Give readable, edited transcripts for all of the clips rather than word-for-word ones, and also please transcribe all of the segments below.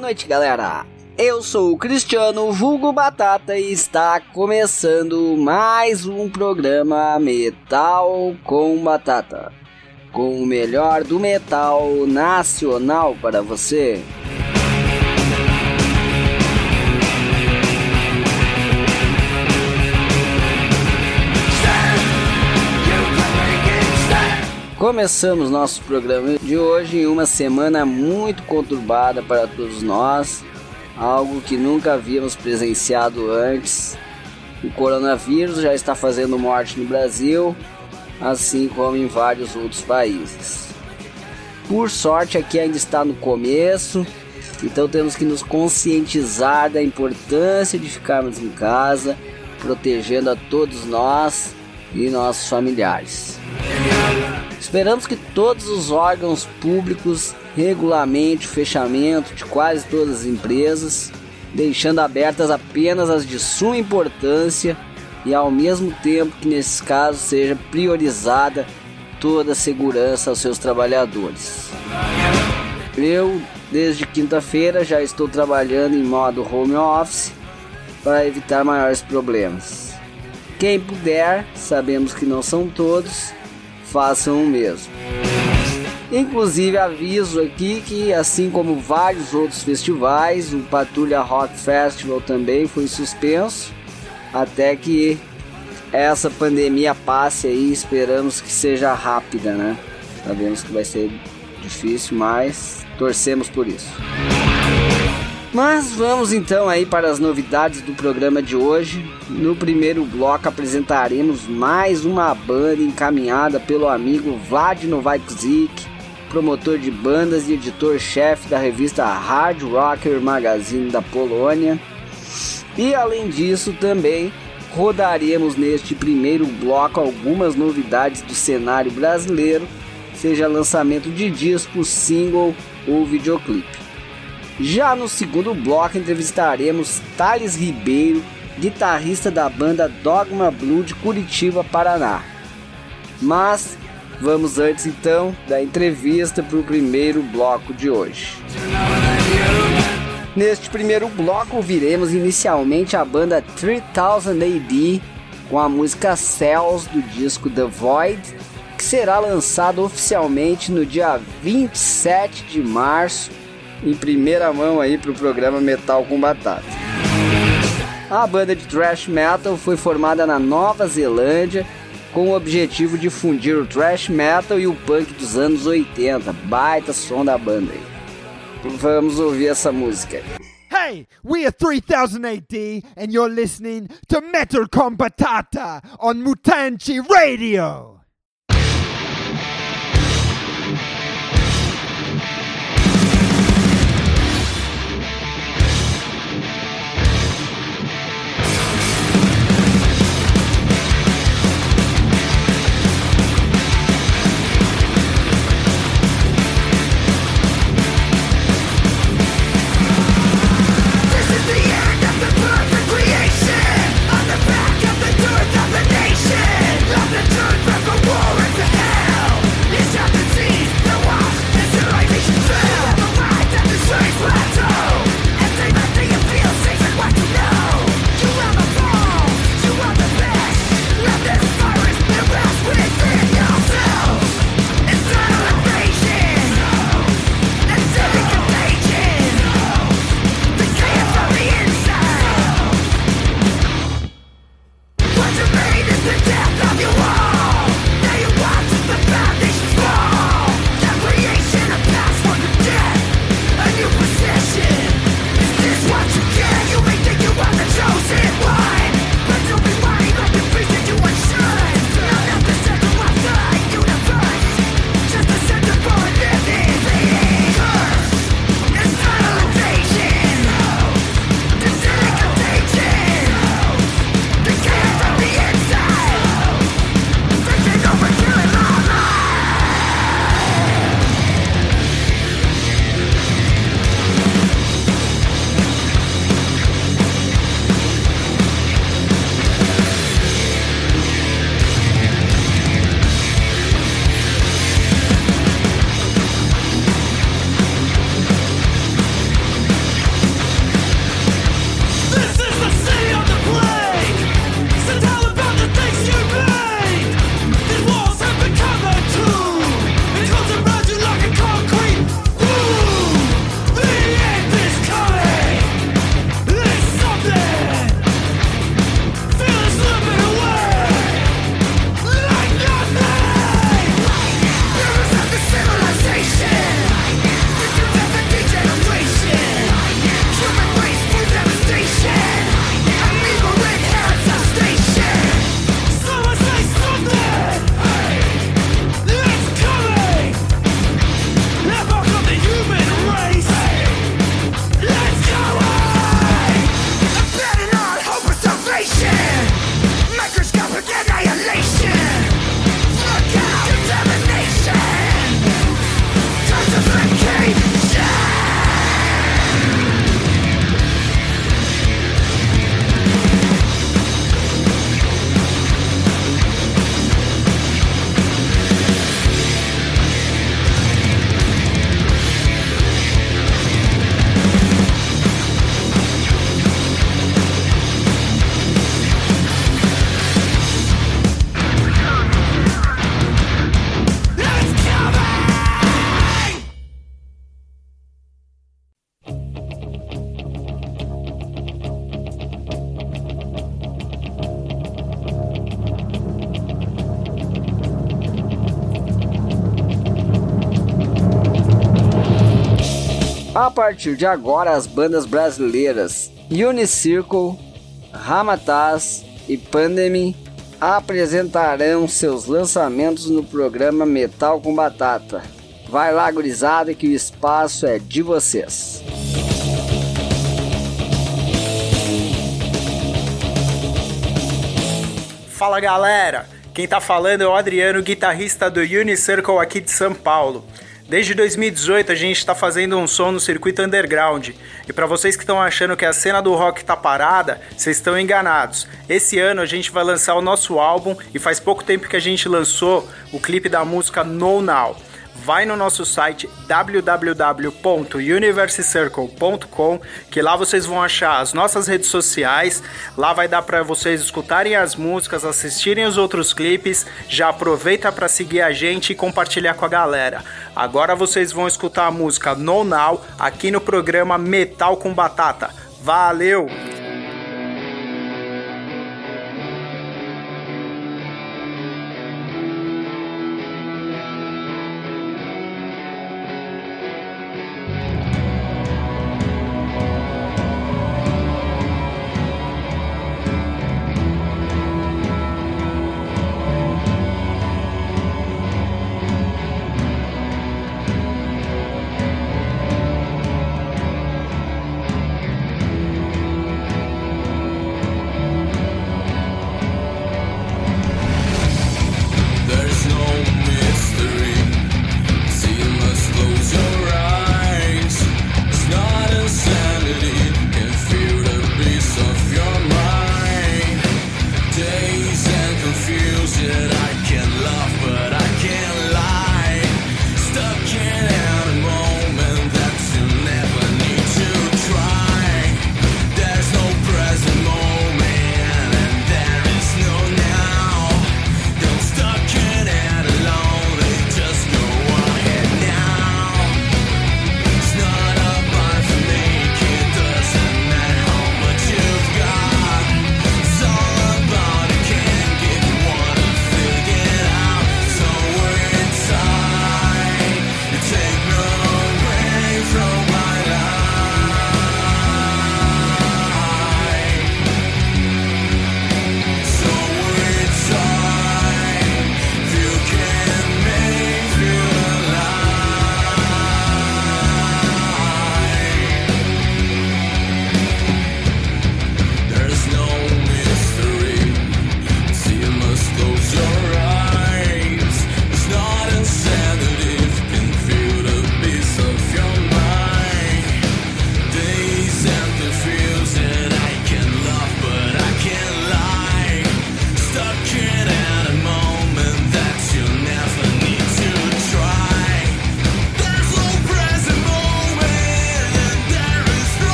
noite, galera. Eu sou o Cristiano, vulgo Batata, e está começando mais um programa Metal com Batata, com o melhor do metal nacional para você. Começamos nosso programa de hoje em uma semana muito conturbada para todos nós, algo que nunca havíamos presenciado antes. O coronavírus já está fazendo morte no Brasil, assim como em vários outros países. Por sorte, aqui ainda está no começo, então temos que nos conscientizar da importância de ficarmos em casa, protegendo a todos nós e nossos familiares. Esperamos que todos os órgãos públicos regulamente o fechamento de quase todas as empresas, deixando abertas apenas as de suma importância e ao mesmo tempo que nesses casos seja priorizada toda a segurança aos seus trabalhadores. Eu, desde quinta-feira, já estou trabalhando em modo home office para evitar maiores problemas. Quem puder, sabemos que não são todos, façam o mesmo. Inclusive aviso aqui que, assim como vários outros festivais, o Patrulha Rock Festival também foi suspenso até que essa pandemia passe aí. Esperamos que seja rápida, né? Sabemos que vai ser difícil, mas torcemos por isso. Mas vamos então aí para as novidades do programa de hoje. No primeiro bloco apresentaremos mais uma banda encaminhada pelo amigo Vlad Novakovic, promotor de bandas e editor-chefe da revista Hard Rocker Magazine da Polônia. E além disso também rodaremos neste primeiro bloco algumas novidades do cenário brasileiro, seja lançamento de disco, single ou videoclipe. Já no segundo bloco entrevistaremos Thales Ribeiro, guitarrista da banda Dogma Blue de Curitiba, Paraná. Mas vamos antes então da entrevista para o primeiro bloco de hoje. Neste primeiro bloco ouviremos inicialmente a banda 3000 AD com a música Cells do disco The Void, que será lançado oficialmente no dia 27 de março, em primeira mão aí para o programa Metal com Batata. A banda de thrash metal foi formada na Nova Zelândia com o objetivo de fundir o thrash metal e o punk dos anos 80. Baita som da banda aí. Vamos ouvir essa música. Hey, we are 3000 AD and you're listening to Metal com Batata on Mutanti Radio. Creation on the back of the truth of the nation, of the truth revolution. A partir de agora, as bandas brasileiras Unicircle, Ramataz e Pandemy apresentarão seus lançamentos no programa Metal com Batata. Vai lá, gurizada, que o espaço é de vocês. Fala, galera! Quem tá falando é o Adriano, guitarrista do Unicircle aqui de São Paulo. Desde 2018 a gente está fazendo um som no circuito underground. E para vocês que estão achando que a cena do rock tá parada, vocês estão enganados. Esse ano a gente vai lançar o nosso álbum e faz pouco tempo que a gente lançou o clipe da música No Now. Vai no nosso site www.universecircle.com, que lá vocês vão achar as nossas redes sociais. Lá vai dar para vocês escutarem as músicas, assistirem os outros clipes. Já aproveita para seguir a gente e compartilhar com a galera. Agora vocês vão escutar a música No Now aqui no programa Metal com Batata. Valeu!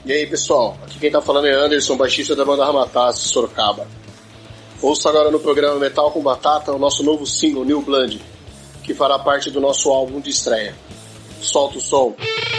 E aí pessoal, aqui quem tá falando é Anderson, baixista da banda Ramataço, Sorocaba. Ouça agora no programa Metal com Batata o nosso novo single New Blood, que fará parte do nosso álbum de estreia. Solta o som.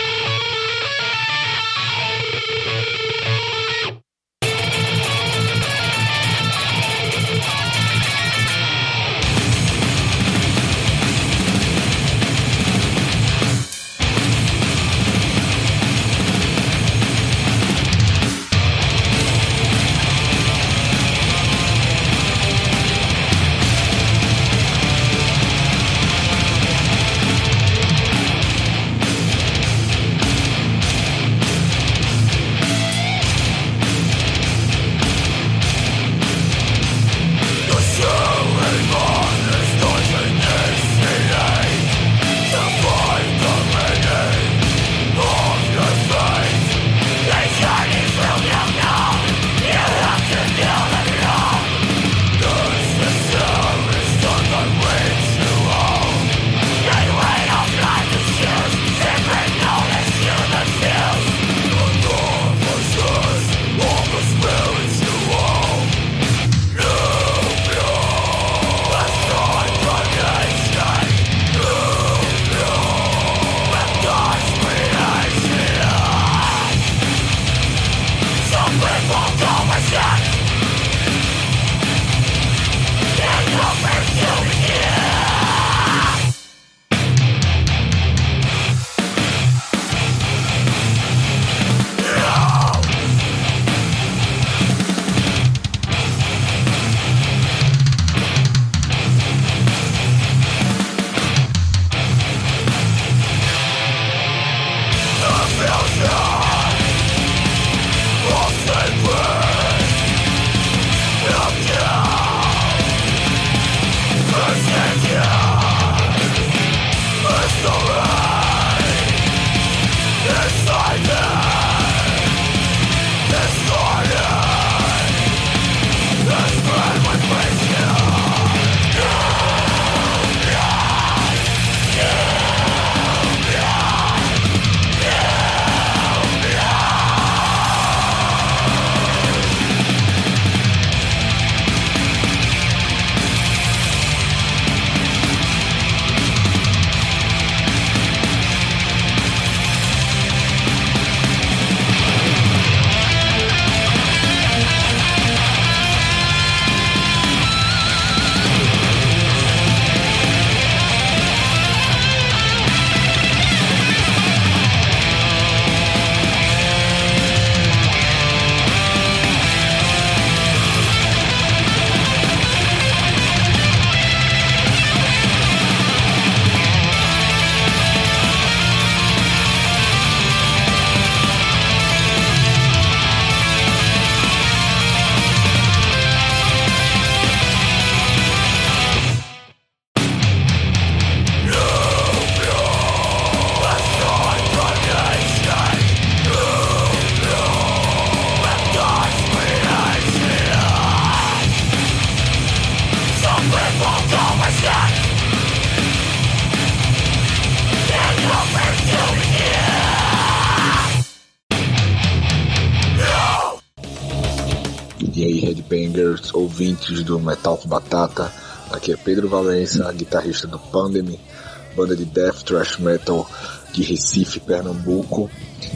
E aí, Headbangers, ouvintes do Metal com Batata, aqui é Pedro Valença, guitarrista do Pandemic, banda de death thrash metal de Recife, Pernambuco.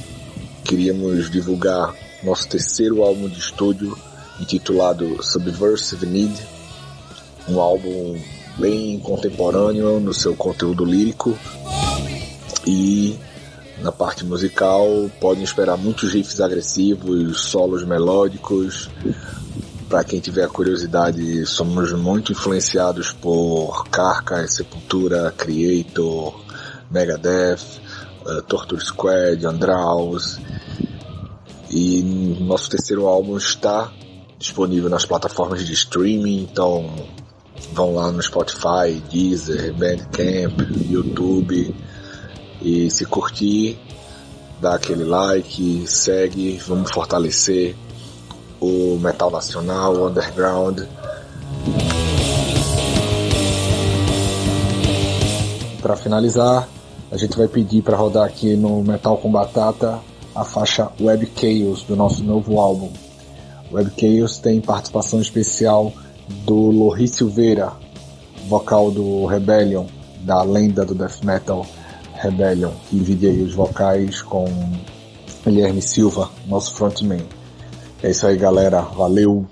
Queríamos divulgar nosso terceiro álbum de estúdio, intitulado Subversive Need, um álbum bem contemporâneo no seu conteúdo lírico, e na parte musical podem esperar muitos riffs agressivos, solos melódicos. Para quem tiver curiosidade, somos muito influenciados por Carcass, Sepultura, Creator, Megadeth, Torture Squad, Andraus. E nosso terceiro álbum está disponível nas plataformas de streaming, então vão lá no Spotify, Deezer, Bandcamp, YouTube, e se curtir, dá aquele like, segue, vamos fortalecer o metal nacional, o underground. Para finalizar, a gente vai pedir para rodar aqui no Metal com Batata a faixa Web Chaos do nosso novo álbum. Web Chaos tem participação especial do Lorri Silveira, vocal do Rebellion, da lenda do death metal Rebellion, que divide aí os vocais com Guilherme Silva, nosso frontman. É isso aí, galera. Valeu!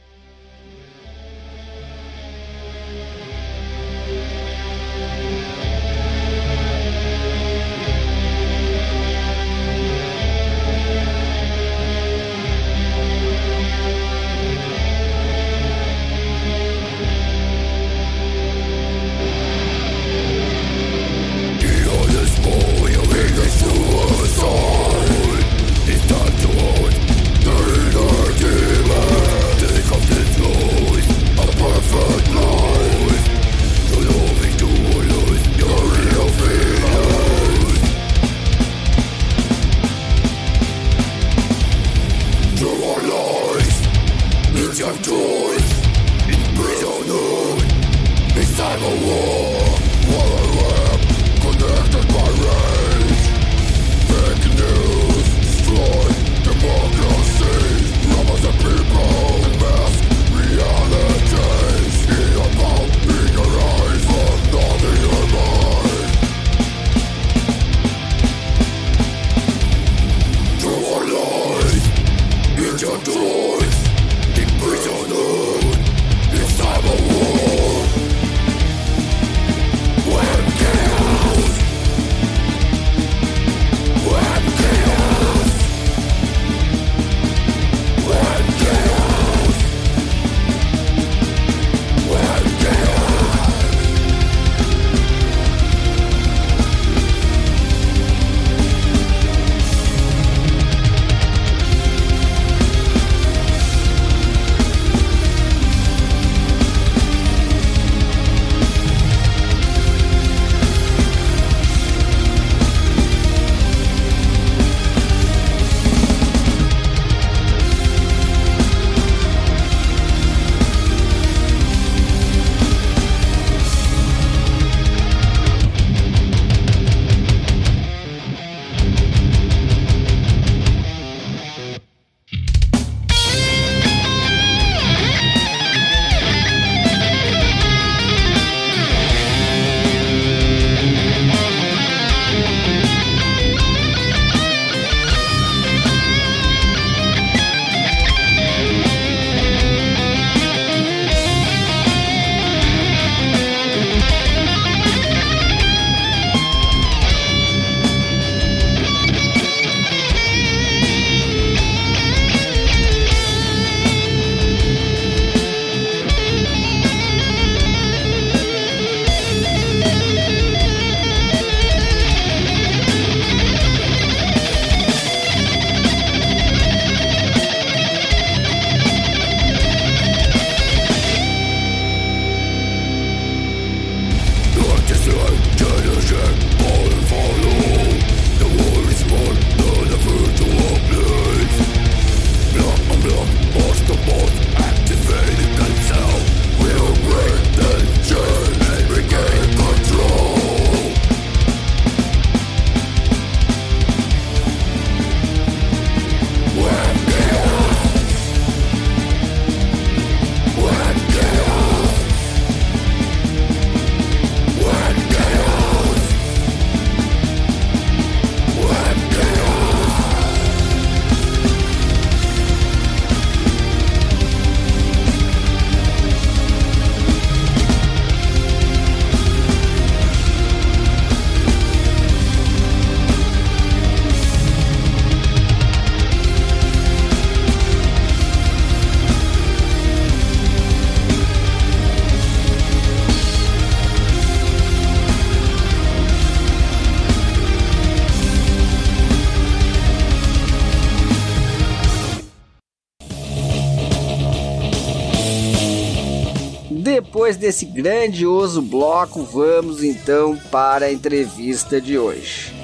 Depois desse grandioso bloco, vamos então para a entrevista de hoje.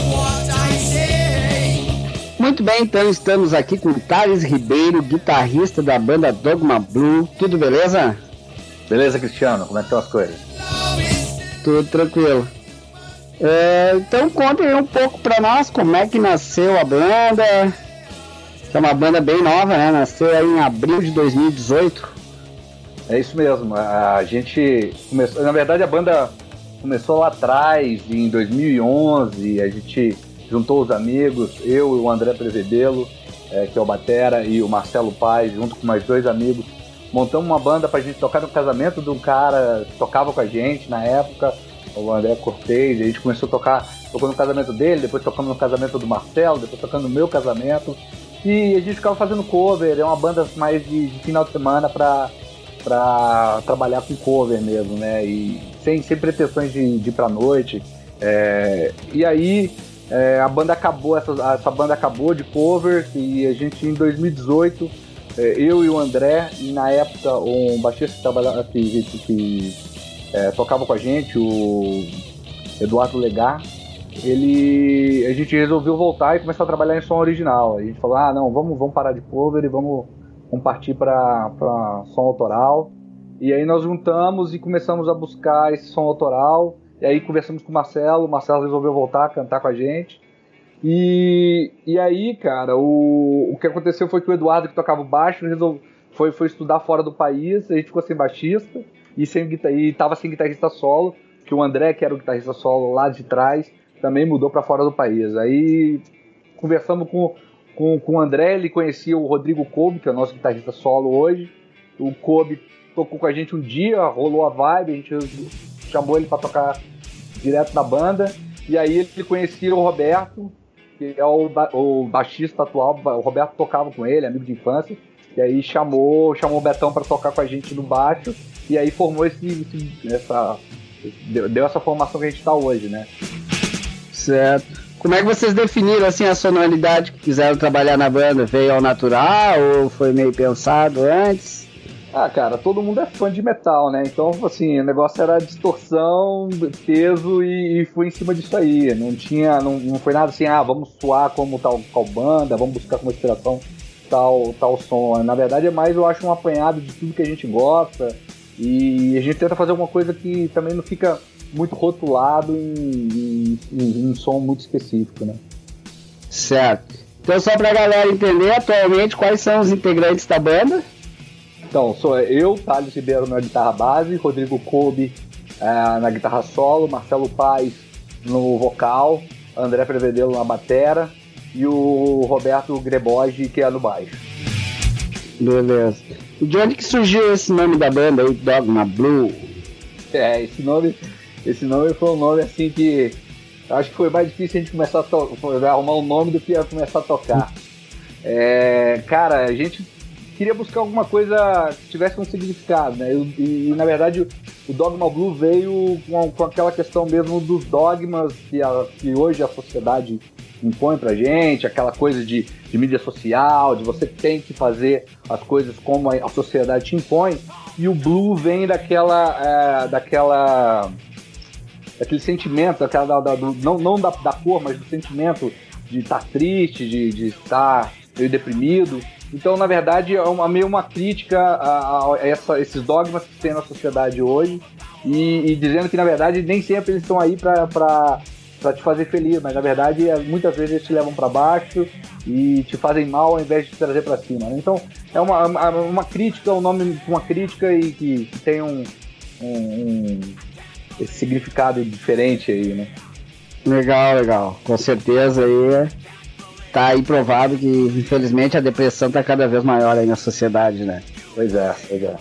Muito bem, então estamos aqui com Thales Ribeiro, guitarrista da banda Dogma Blue. Tudo beleza? Beleza, Cristiano, como é que estão as coisas? Tudo tranquilo. Então contem aí um pouco pra nós como é que nasceu a banda. Que é uma banda bem nova, né? Nasceu aí em abril de 2018. É isso mesmo, a gente começou, na verdade a banda começou lá atrás, em 2011, a gente juntou os amigos, eu e o André Prevedelo, que é o batera, e o Marcelo Paes, junto com mais 2 amigos, montamos uma banda pra gente tocar no casamento de um cara que tocava com a gente na época, o André Cortez, a gente começou a tocar, tocou no casamento dele, depois tocamos no casamento do Marcelo, depois tocando no meu casamento, e a gente ficava fazendo cover, é uma banda mais de final de semana pra trabalhar com cover mesmo, né, e sem pretensões de ir pra noite, e aí a banda acabou, essa banda acabou de cover, e a gente em 2018, eu e o André, e na época um baixista que tocava com a gente, o Eduardo Legar, a gente resolveu voltar e começar a trabalhar em som original. A gente falou, não, vamos parar de cover e vamos partir para som autoral. E aí nós juntamos e começamos a buscar esse som autoral. E aí conversamos com o Marcelo resolveu voltar a cantar com a gente. E aí, cara, o que aconteceu foi que o Eduardo, que tocava o baixo, foi estudar fora do país, a gente ficou sem baixista e tava sem guitarrista solo, que o André, que era o guitarrista solo lá de trás, também mudou para fora do país. Aí conversamos com o André, ele conhecia o Rodrigo Kobe, que é o nosso guitarrista solo hoje. O Kobe tocou com a gente um dia, rolou a vibe, a gente chamou ele para tocar direto na banda. E aí ele conhecia o Roberto, que é o baixista atual. O Roberto tocava com ele, amigo de infância. E aí chamou o Betão para tocar com a gente no baixo. E aí formou deu essa formação que a gente tá hoje, né? Certo. Como é que vocês definiram assim a sonoridade que quiseram trabalhar na banda? Veio ao natural ou foi meio pensado antes? Cara, todo mundo é fã de metal, né? Então, assim, o negócio era distorção, peso e foi em cima disso aí. Não foi nada assim, vamos suar como tal banda, vamos buscar como inspiração tal som. Na verdade, é mais, eu acho, um apanhado de tudo que a gente gosta e a gente tenta fazer uma coisa que também não fica muito rotulado em um som muito específico, né? Certo. Então, só pra galera entender, atualmente, quais são os integrantes da banda? Então, sou eu, Thales Ribeiro na guitarra base, Rodrigo Kobe na guitarra solo, Marcelo Paes no vocal, André Prevedelo na batera e o Roberto Greboge, que é no baixo. Beleza. E de onde que surgiu esse nome da banda aí, Dogma Blue? Esse nome foi um nome assim que acho que foi mais difícil a gente começar a arrumar um nome do que a começar a tocar. Cara, a gente queria buscar alguma coisa que tivesse um significado, né? E na verdade o Dogma Blue veio com aquela questão mesmo dos dogmas que hoje a sociedade impõe pra gente, aquela coisa de mídia social, de você tem que fazer as coisas como a sociedade te impõe, e o Blue vem daquele sentimento, não da cor, mas do sentimento de estar triste, de estar meio deprimido. Então, na verdade, é meio uma crítica a esses dogmas que tem na sociedade hoje e dizendo que, na verdade, nem sempre eles estão aí para te fazer feliz, mas, na verdade, muitas vezes eles te levam para baixo e te fazem mal ao invés de te trazer para cima, né? Então, é uma crítica, um nome, uma crítica e que tem esse significado diferente aí, né? Legal. Com certeza aí tá aí provado que, infelizmente, a depressão tá cada vez maior aí na sociedade, né? Pois é.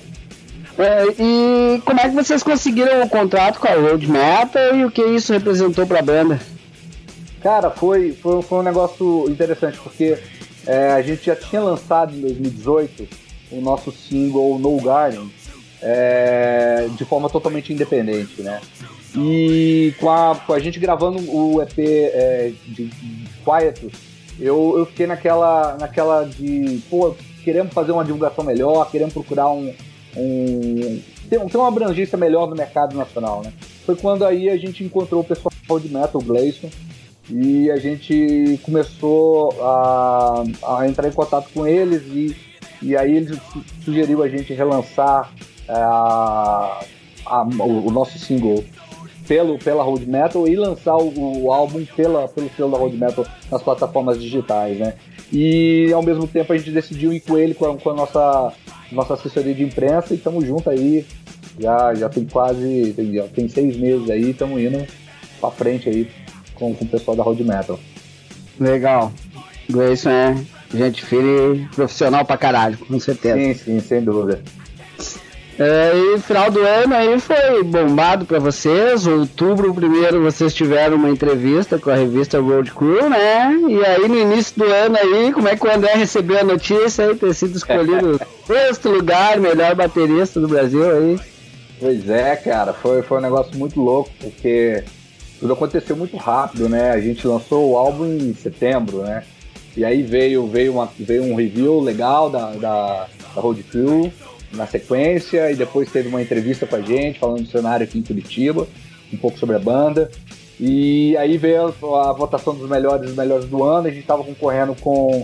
E como é que vocês conseguiram o contrato com a Road Metal e o que isso representou pra banda? Cara, foi um negócio interessante, porque a gente já tinha lançado em 2018 o nosso single No Garden de forma totalmente independente, né? E com a gente gravando o EP de Quietus, eu fiquei naquela de, queremos fazer uma divulgação melhor, queremos procurar ter uma abrangência melhor no mercado nacional, né? Foi quando aí a gente encontrou o pessoal de metal, o Gleison, e a gente começou a entrar em contato com eles e aí eles sugeriu a gente relançar o nosso single pela Road Metal e lançar o álbum pelo selo da Road Metal nas plataformas digitais, né? E ao mesmo tempo a gente decidiu ir com ele, com a nossa assessoria de imprensa, e estamos juntos aí, já tem quase, tem 6 meses aí, estamos indo pra frente aí com o pessoal da Road Metal. Legal. Grayson é gente fina e profissional pra caralho, com certeza. Sim, sem dúvida. E final do ano aí foi bombado pra vocês. Outubro primeiro vocês tiveram uma entrevista com a revista Road Crew, né? E aí no início do ano aí, como é que o André recebeu a notícia aí, ter sido escolhido sexto lugar, melhor baterista do Brasil aí? Pois é, cara, foi um negócio muito louco, porque tudo aconteceu muito rápido, né? A gente lançou o álbum em setembro, né? E aí veio um review legal da Road Crew na sequência, e depois teve uma entrevista com a gente, falando do cenário aqui em Curitiba, um pouco sobre a banda. E aí veio a votação dos melhores do ano, a gente estava concorrendo com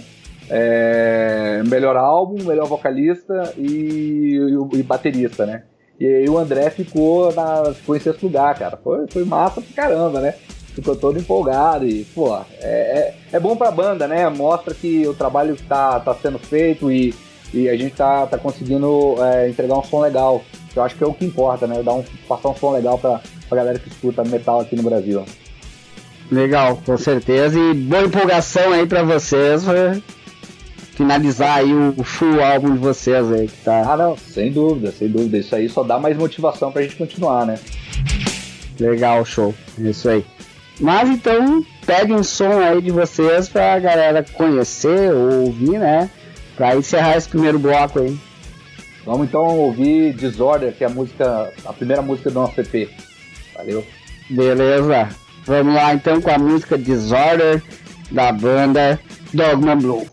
melhor álbum, melhor vocalista e baterista, né? E aí o André ficou em sexto lugar, cara. Foi massa pra caramba, né? Ficou todo empolgado e, pô, é bom pra banda, né? Mostra que o trabalho tá sendo feito e a gente tá conseguindo entregar um som legal. Eu acho que é o que importa, né? Passar um som legal pra galera que escuta metal aqui no Brasil. Legal, com certeza. E boa empolgação aí pra vocês, finalizar aí o full álbum de vocês aí que tá. Ah, não, sem dúvida. Isso aí só dá mais motivação pra gente continuar, né? Legal, show. Isso aí. Mas então, pegue um som aí de vocês pra galera conhecer ou ouvir, né? Pra encerrar esse primeiro bloco aí. Vamos então ouvir Disorder, que é a primeira música do nosso EP. Valeu. Beleza. Vamos lá então com a música Disorder da banda Dogma Blue.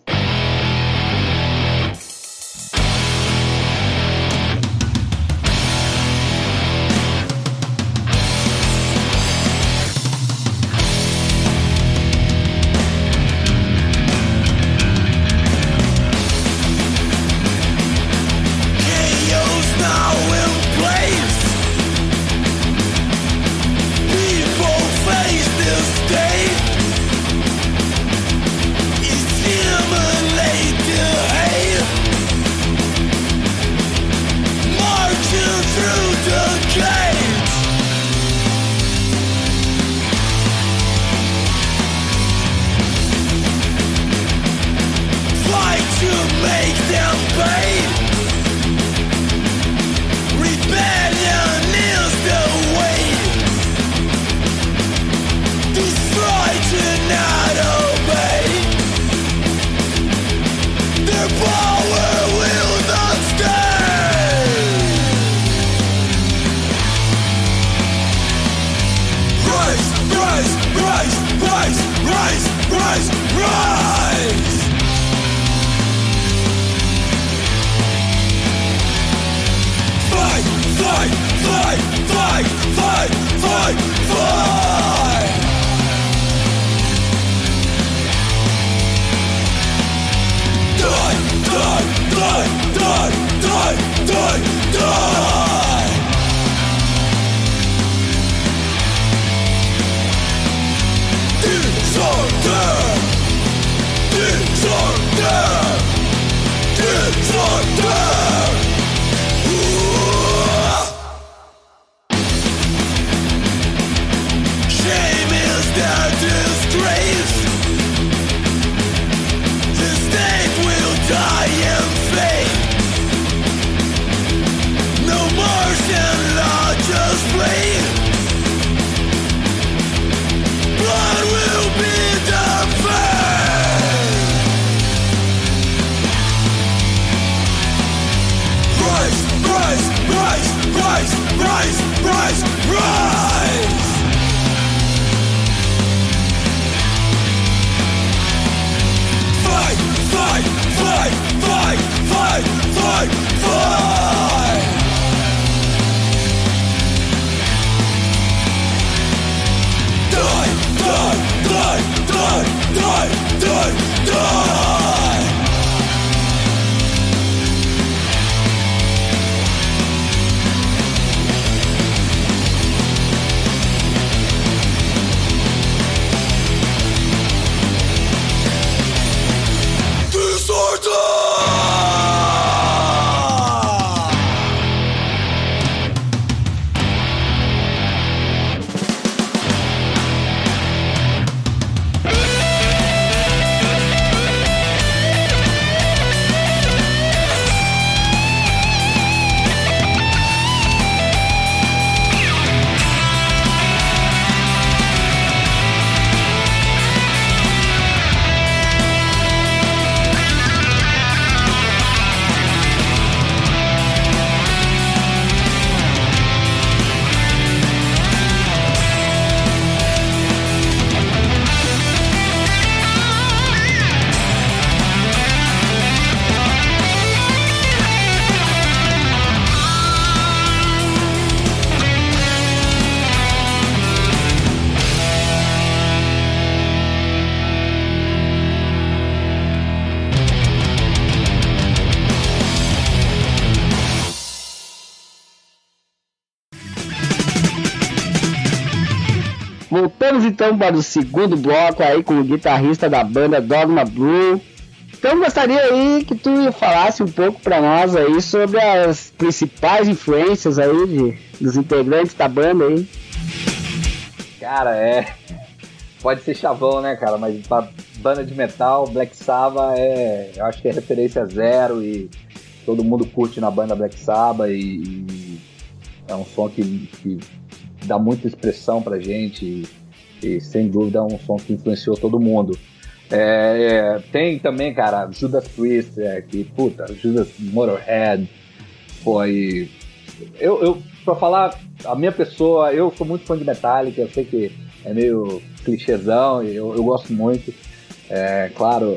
Voltamos então para o segundo bloco aí com o guitarrista da banda Dogma Blue. Então gostaria aí que tu falasse um pouco para nós aí sobre as principais influências aí dos integrantes da banda aí. Cara, pode ser chavão, né, cara? Mas pra banda de metal, Black Sabbath eu acho que é referência zero e todo mundo curte na banda Black Sabbath e é um som que dá muita expressão pra gente e sem dúvida é um som que influenciou todo mundo. Tem também, cara, Judas Priest, Judas Motorhead, e eu pra falar a minha pessoa, eu sou muito fã de Metallica, eu sei que é meio clichêzão e eu gosto muito, claro,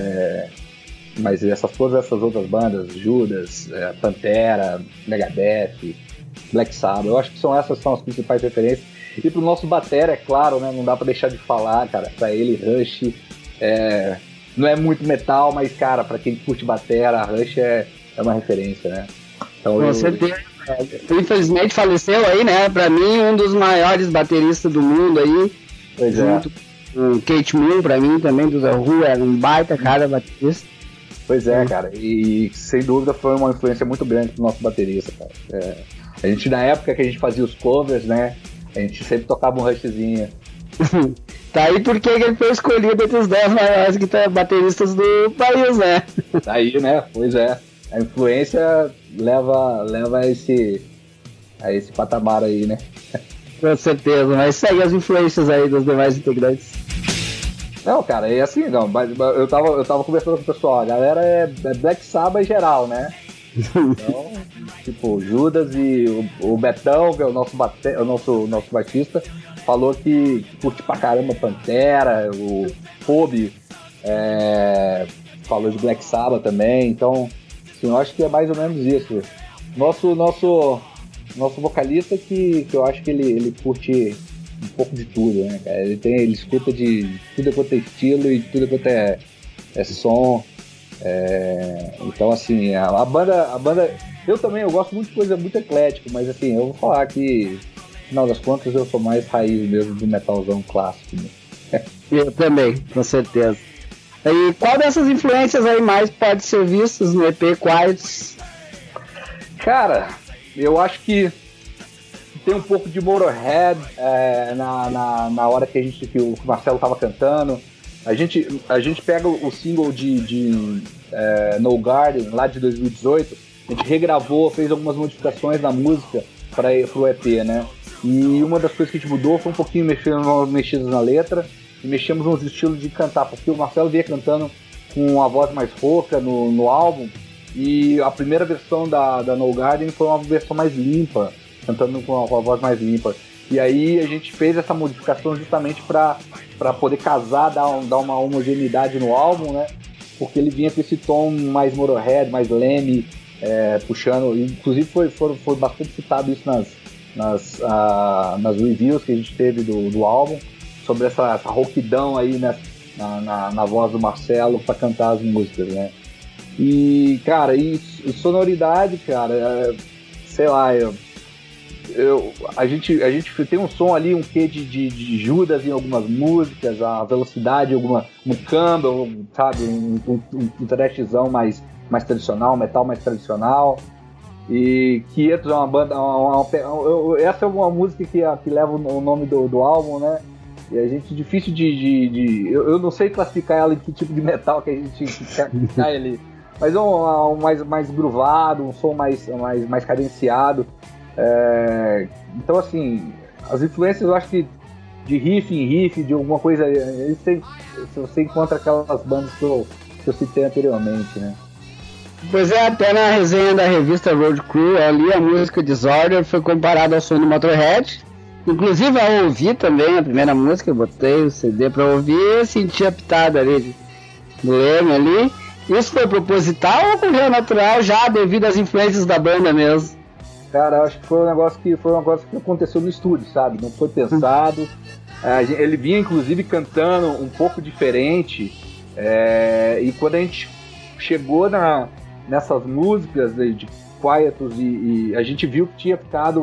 mas todas essas outras bandas, Judas, Pantera, Megadeth, Black Sabbath, eu acho que essas são as principais referências. E pro nosso batera, é claro, né, não dá pra deixar de falar, cara, pra ele Rush não é muito metal, mas, cara, pra quem curte batera, Rush é uma referência, né? Então, com certeza. Infelizmente faleceu aí, né? Pra mim, um dos maiores bateristas do mundo aí. Pois junto com o Kate Moon, pra mim também, do The Who, era um baita cara baterista. Pois é, cara, e sem dúvida foi uma influência muito grande pro nosso baterista, cara. A gente, na época que a gente fazia os covers, né, a gente sempre tocava um Rushzinho. Tá aí porque ele foi escolhido entre os 10 maiores bateristas do país, né? Tá aí, né, pois é. A influência leva a esse patamar aí, né? Com certeza, mas segue as influências aí dos demais integrantes. Não, cara, é assim, não, mas eu tava conversando com o pessoal, a galera é Black Sabbath em geral, né? Então, tipo, Judas e o Betão, que é o nosso batista, falou que curte pra caramba Pantera, o Pobe falou de Black Sabbath também, então, assim, eu acho que é mais ou menos isso. Nosso vocalista que eu acho que ele curte um pouco de tudo, né, cara? Ele escuta de tudo quanto é estilo e tudo quanto é som. Então, assim, a banda, eu gosto muito de coisa muito eclética, mas assim, eu vou falar que no final das contas eu sou mais raiz mesmo do metalzão clássico, né? Eu também, com certeza. E qual dessas influências aí mais pode ser vistas no EP Quiets? Cara, eu acho que tem um pouco de Motorhead na hora que o Marcelo tava cantando. A gente pega o single de No Garden, lá de 2018, a gente regravou, fez algumas modificações na música pro EP, né? E uma das coisas que a gente mudou foi um pouquinho mexidas na letra e mexemos nos estilos de cantar, porque o Marcelo vinha cantando com a voz mais rouca no álbum, e a primeira versão da No Garden foi uma versão mais limpa, cantando com a voz mais limpa. E aí a gente fez essa modificação justamente para poder casar, dar uma homogeneidade no álbum, né? Porque ele vinha com esse tom mais Motorhead, mais Lemmy, puxando. Inclusive foi bastante citado isso nas reviews que a gente teve do álbum, sobre essa rouquidão aí, né, na voz do Marcelo para cantar as músicas, né? E, cara, sonoridade, cara, sei lá, a gente tem um som ali, um quê de Judas em algumas músicas, a velocidade, um câmbio, sabe, um thrashzão mais tradicional, metal mais tradicional. E Quietos é uma banda, essa é uma música que leva o nome do álbum, né? E a gente, difícil eu não sei classificar ela em que tipo de metal que a gente cai ali, mas é um mais groovado, um som mais cadenciado. Então, assim, as influências, eu acho que de riff em riff, de alguma coisa, você encontra aquelas bandas que eu citei anteriormente, né? Pois é, até na resenha da revista Road Crew, ali a música Disorder foi comparada ao som do Motorhead. Inclusive eu ouvi também a primeira música, eu botei o CD pra ouvir e senti a pitada ali do Leme ali. Isso foi proposital ou ocorreu natural já devido às influências da banda mesmo? Cara, eu acho que foi um negócio que aconteceu no estúdio, sabe? Não foi pensado. Ele vinha, inclusive, cantando um pouco diferente. E quando a gente chegou nessas músicas de Quietus e a gente viu que tinha ficado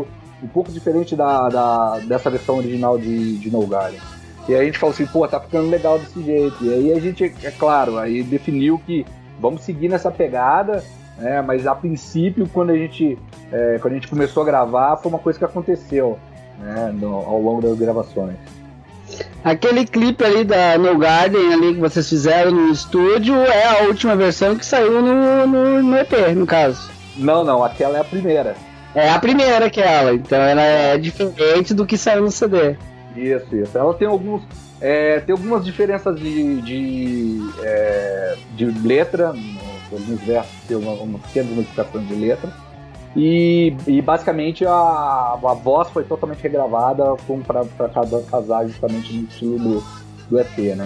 um pouco diferente dessa versão original de No Garden. E aí a gente falou assim, pô, tá ficando legal desse jeito. E aí a gente, é claro, aí definiu que vamos seguir nessa pegada, né? Mas a princípio, quando a gente começou a gravar, foi uma coisa que aconteceu, né, ao longo das gravações. Aquele clipe ali da No Garden ali que vocês fizeram no estúdio é a última versão que saiu no EP, no caso. Não, aquela é a primeira. É a primeira aquela, então ela é diferente do que saiu no CD. Isso. Ela tem algumas diferenças de letra, alguns versos tem uma pequena modificação de letra. E basicamente a voz foi totalmente regravada para casar justamente no estilo do EP, né?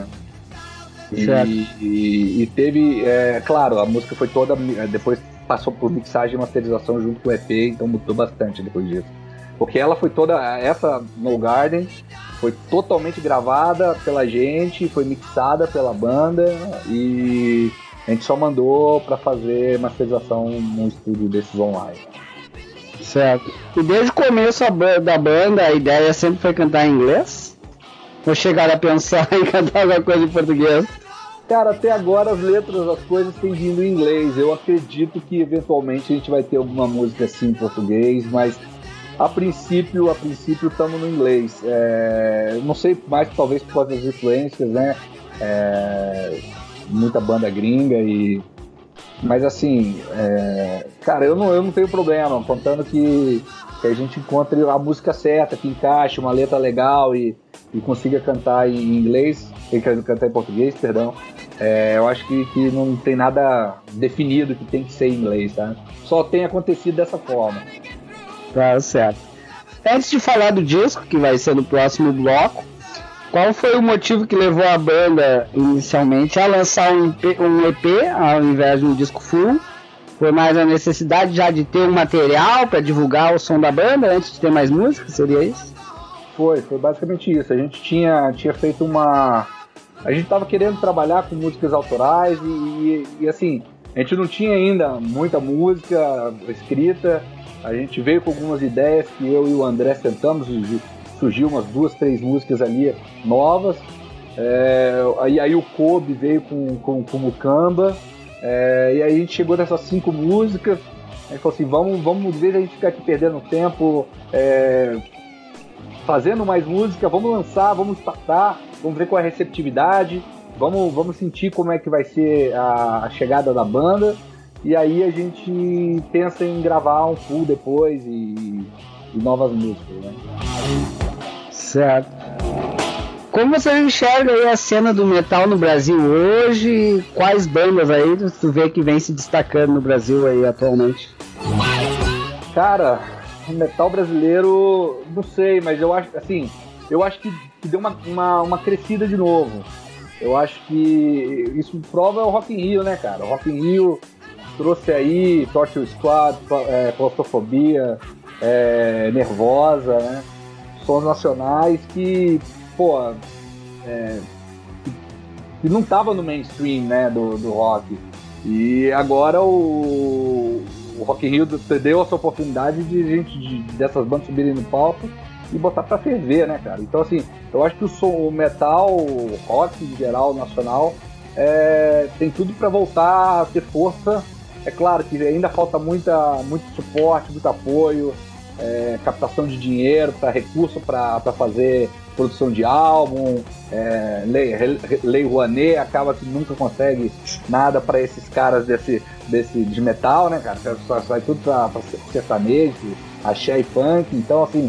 E teve, claro, a música foi toda, depois passou por mixagem e masterização junto com o EP, então mudou bastante depois disso. Porque ela foi toda, essa No Garden foi totalmente gravada pela gente, foi mixada pela banda e a gente só mandou para fazer masterização no estúdio desses online. Certo. E desde o começo da banda, a ideia sempre foi cantar em inglês? Ou chegaram a pensar em cantar alguma coisa em português? Cara, até agora as letras, as coisas têm vindo em inglês. Eu acredito que eventualmente a gente vai ter alguma música assim em português, mas a princípio estamos no inglês. Não sei mais, talvez por causa das influências, né? Muita banda gringa mas assim, cara, eu não tenho problema, contando que a gente encontre a música certa, que encaixe, uma letra legal e consiga cantar em inglês, cantar em português, perdão. Eu acho que não tem nada definido que tem que ser em inglês, tá? Só tem acontecido dessa forma. Tá certo. Antes de falar do disco, que vai ser no próximo bloco, qual foi o motivo que levou a banda inicialmente a lançar um EP ao invés de um disco full? Foi mais a necessidade já de ter um material para divulgar o som da banda antes de ter mais música? Seria isso? Foi basicamente isso. A gente tinha feito a gente estava querendo trabalhar com músicas autorais e assim, a gente não tinha ainda muita música escrita. A gente veio com algumas ideias que eu e o André sentamos e surgiu umas 2, 3 músicas ali novas. Aí o Kobe veio com o Mucamba. E aí a gente chegou nessas 5 músicas. A gente falou assim, vamos ver a gente ficar aqui perdendo tempo fazendo mais música, vamos lançar, vamos startar, vamos ver qual é a receptividade, vamos sentir como é que vai ser a chegada da banda. E aí a gente pensa em gravar um full depois e novas músicas, né? Certo. Como você enxerga aí a cena do metal no Brasil hoje? Quais bandas aí tu vê que vem se destacando no Brasil aí atualmente? Cara, o metal brasileiro, não sei, mas eu acho que deu uma crescida de novo. Eu acho que isso prova o Rock in Rio, né, cara? O Rock in Rio trouxe aí Torture Squad, Claustrofobia, Nervosa, né? Sons nacionais que, pô, que não tava no mainstream, né, do rock. E agora o Rock in Rio deu essa oportunidade dessas bandas subirem no palco e botar pra ferver, né, cara? Então, assim, eu acho que o metal, o rock em geral, nacional, tem tudo pra voltar a ter força. É claro que ainda falta muito suporte, muito apoio, captação de dinheiro, recurso para fazer produção de álbum, Lei Rouanet acaba que nunca consegue nada para esses caras de metal, né, cara? Só vai tudo para sertanejo, axé e funk. Então, assim,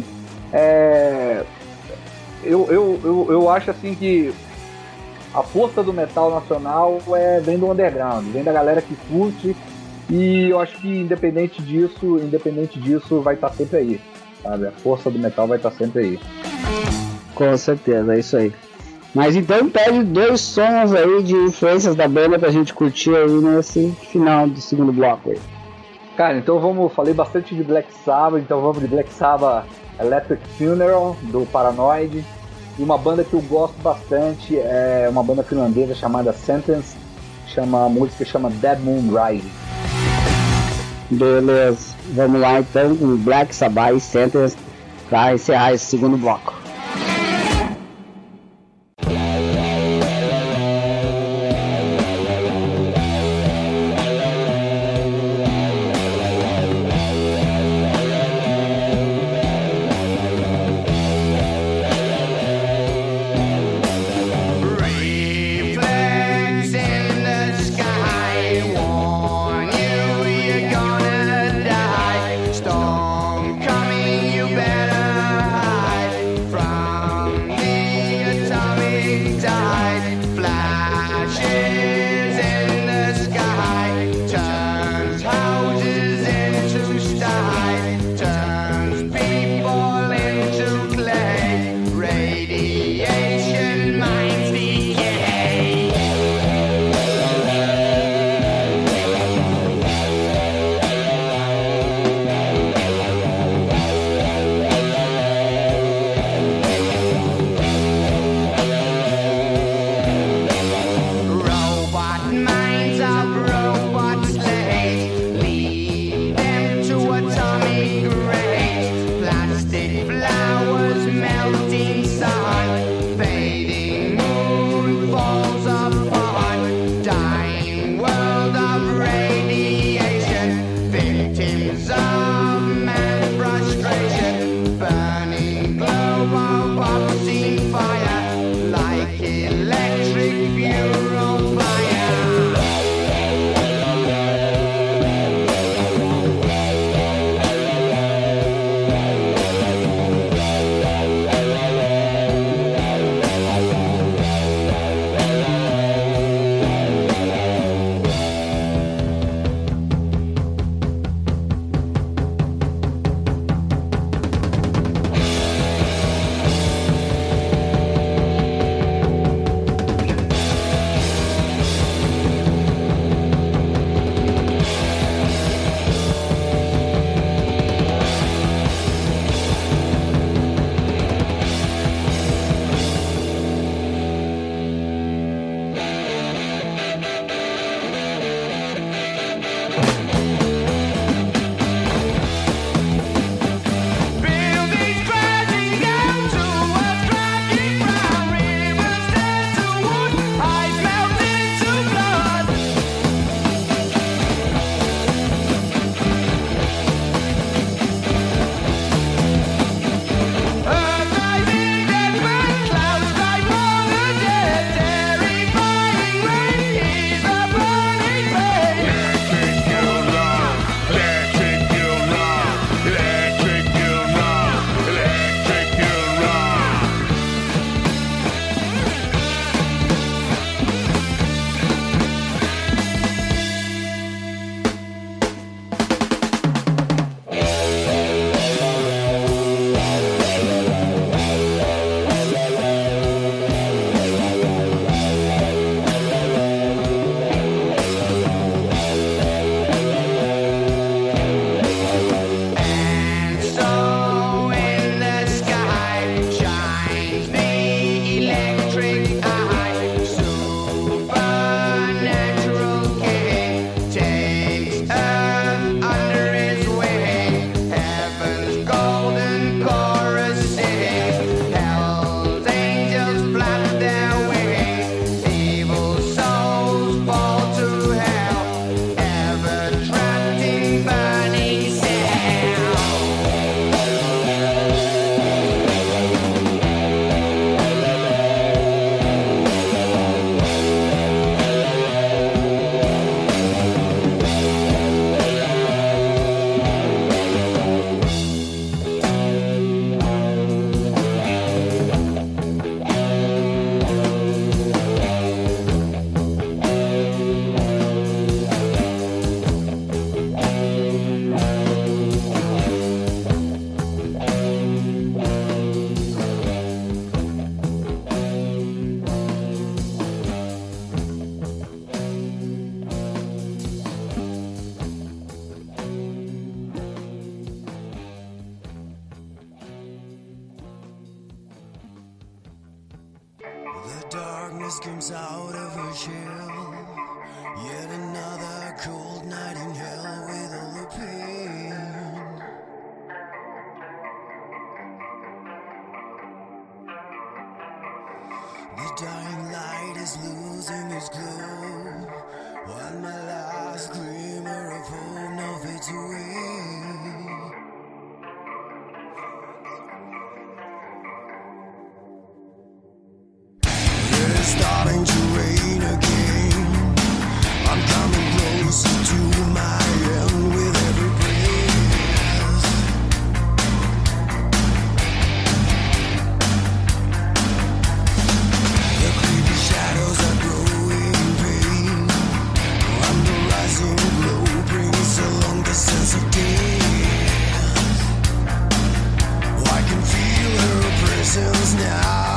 eu acho assim que a força do metal nacional vem do underground, vem da galera que curte. E eu acho que independente disso vai estar sempre aí, sabe? A força do metal vai estar sempre aí. Com certeza, é isso aí. Mas então pede 2 sons aí de influências da banda pra gente curtir aí nesse final do segundo bloco aí. Cara, então falei bastante de Black Sabbath, então vamos de Black Sabbath Electric Funeral, do Paranoid. E uma banda que eu gosto bastante é uma banda finlandesa chamada Sentence, a música chama Dead Moon Rising. Beleza, vamos lá então com Black Sabbath Sentence Pra encerrar esse segundo bloco. darkness comes out of her shell. Yet another cold night in hell with all the pain. The dying light is losing its glow, while my last glimmer of hope now fades away. It is starting to rain again. I'm coming closer to my end with every breath. The creepy shadows are growing pain. And the rising glow brings along the sense of death. I can feel her presence now.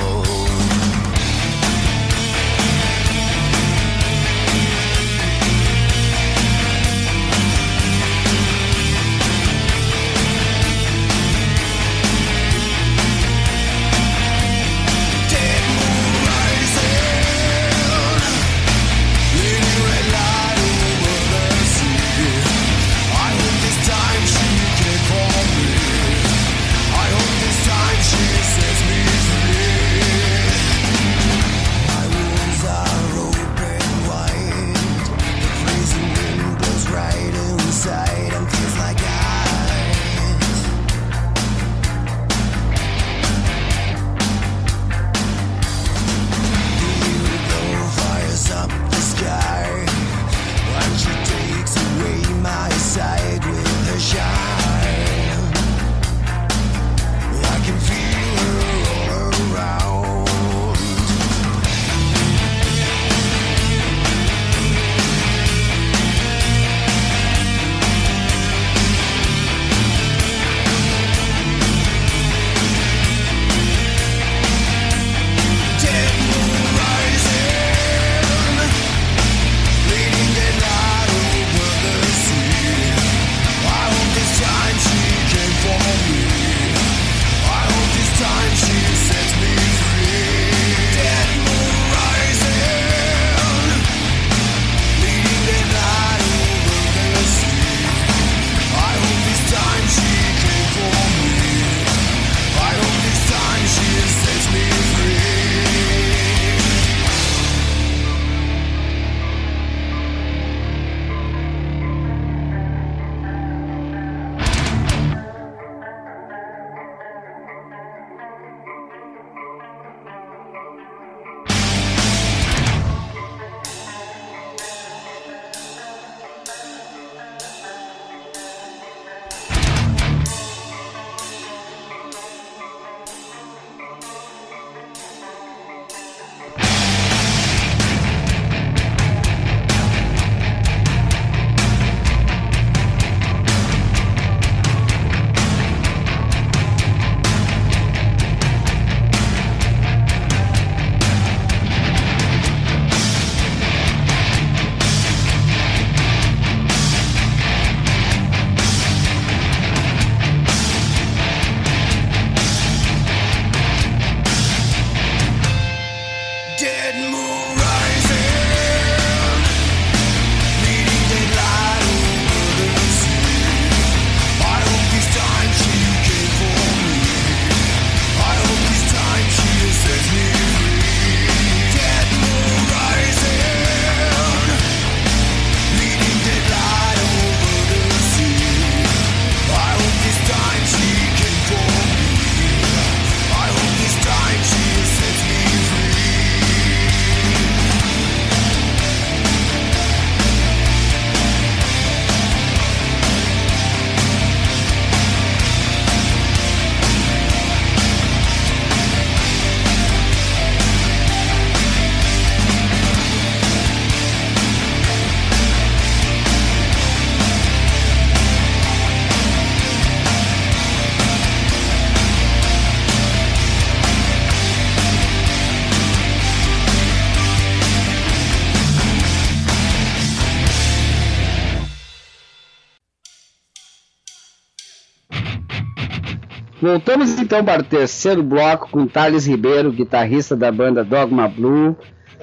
Voltamos então para o terceiro bloco com Thales Ribeiro, guitarrista da banda Dogma Blue.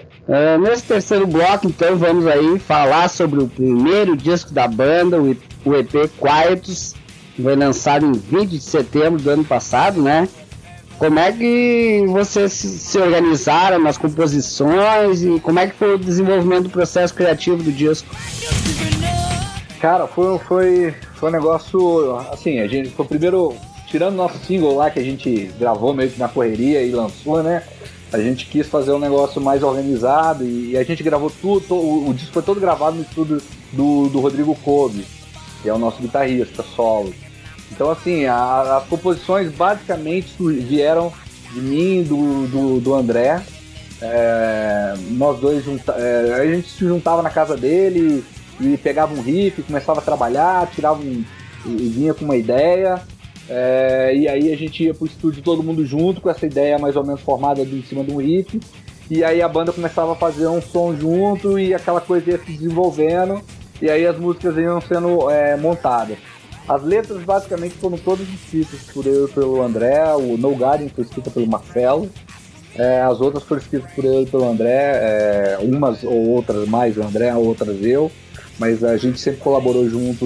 Nesse terceiro bloco, então, vamos aí falar sobre o primeiro disco da banda, o EP Quietus, que foi lançado em 20 de setembro do ano passado, né? como é que vocês se organizaram nas composições e como é que foi o desenvolvimento do processo criativo do disco? Cara, foi um negócio, assim, a gente foi primeiro, tirando nosso single lá que a gente gravou meio que na correria e lançou, né? A gente quis fazer um negócio mais organizado e a gente gravou tudo, o disco foi todo gravado no estúdio do Rodrigo Kobe, que é o nosso guitarrista solo. Então, assim, as composições basicamente vieram de mim, do André. Nós dois, a gente se juntava na casa dele e pegava um riff, começava a trabalhar, e vinha com uma ideia. E aí a gente ia pro estúdio todo mundo junto, com essa ideia mais ou menos formada em cima de um riff. E aí a banda começava a fazer um som junto e aquela coisa ia se desenvolvendo. E aí as músicas iam sendo montadas. As letras basicamente foram todas escritas por eu e pelo André. O No Garden foi escrita pelo Marcelo. As outras foram escritas por eu e pelo André. Umas ou outras mais o André, outras eu. Mas a gente sempre colaborou junto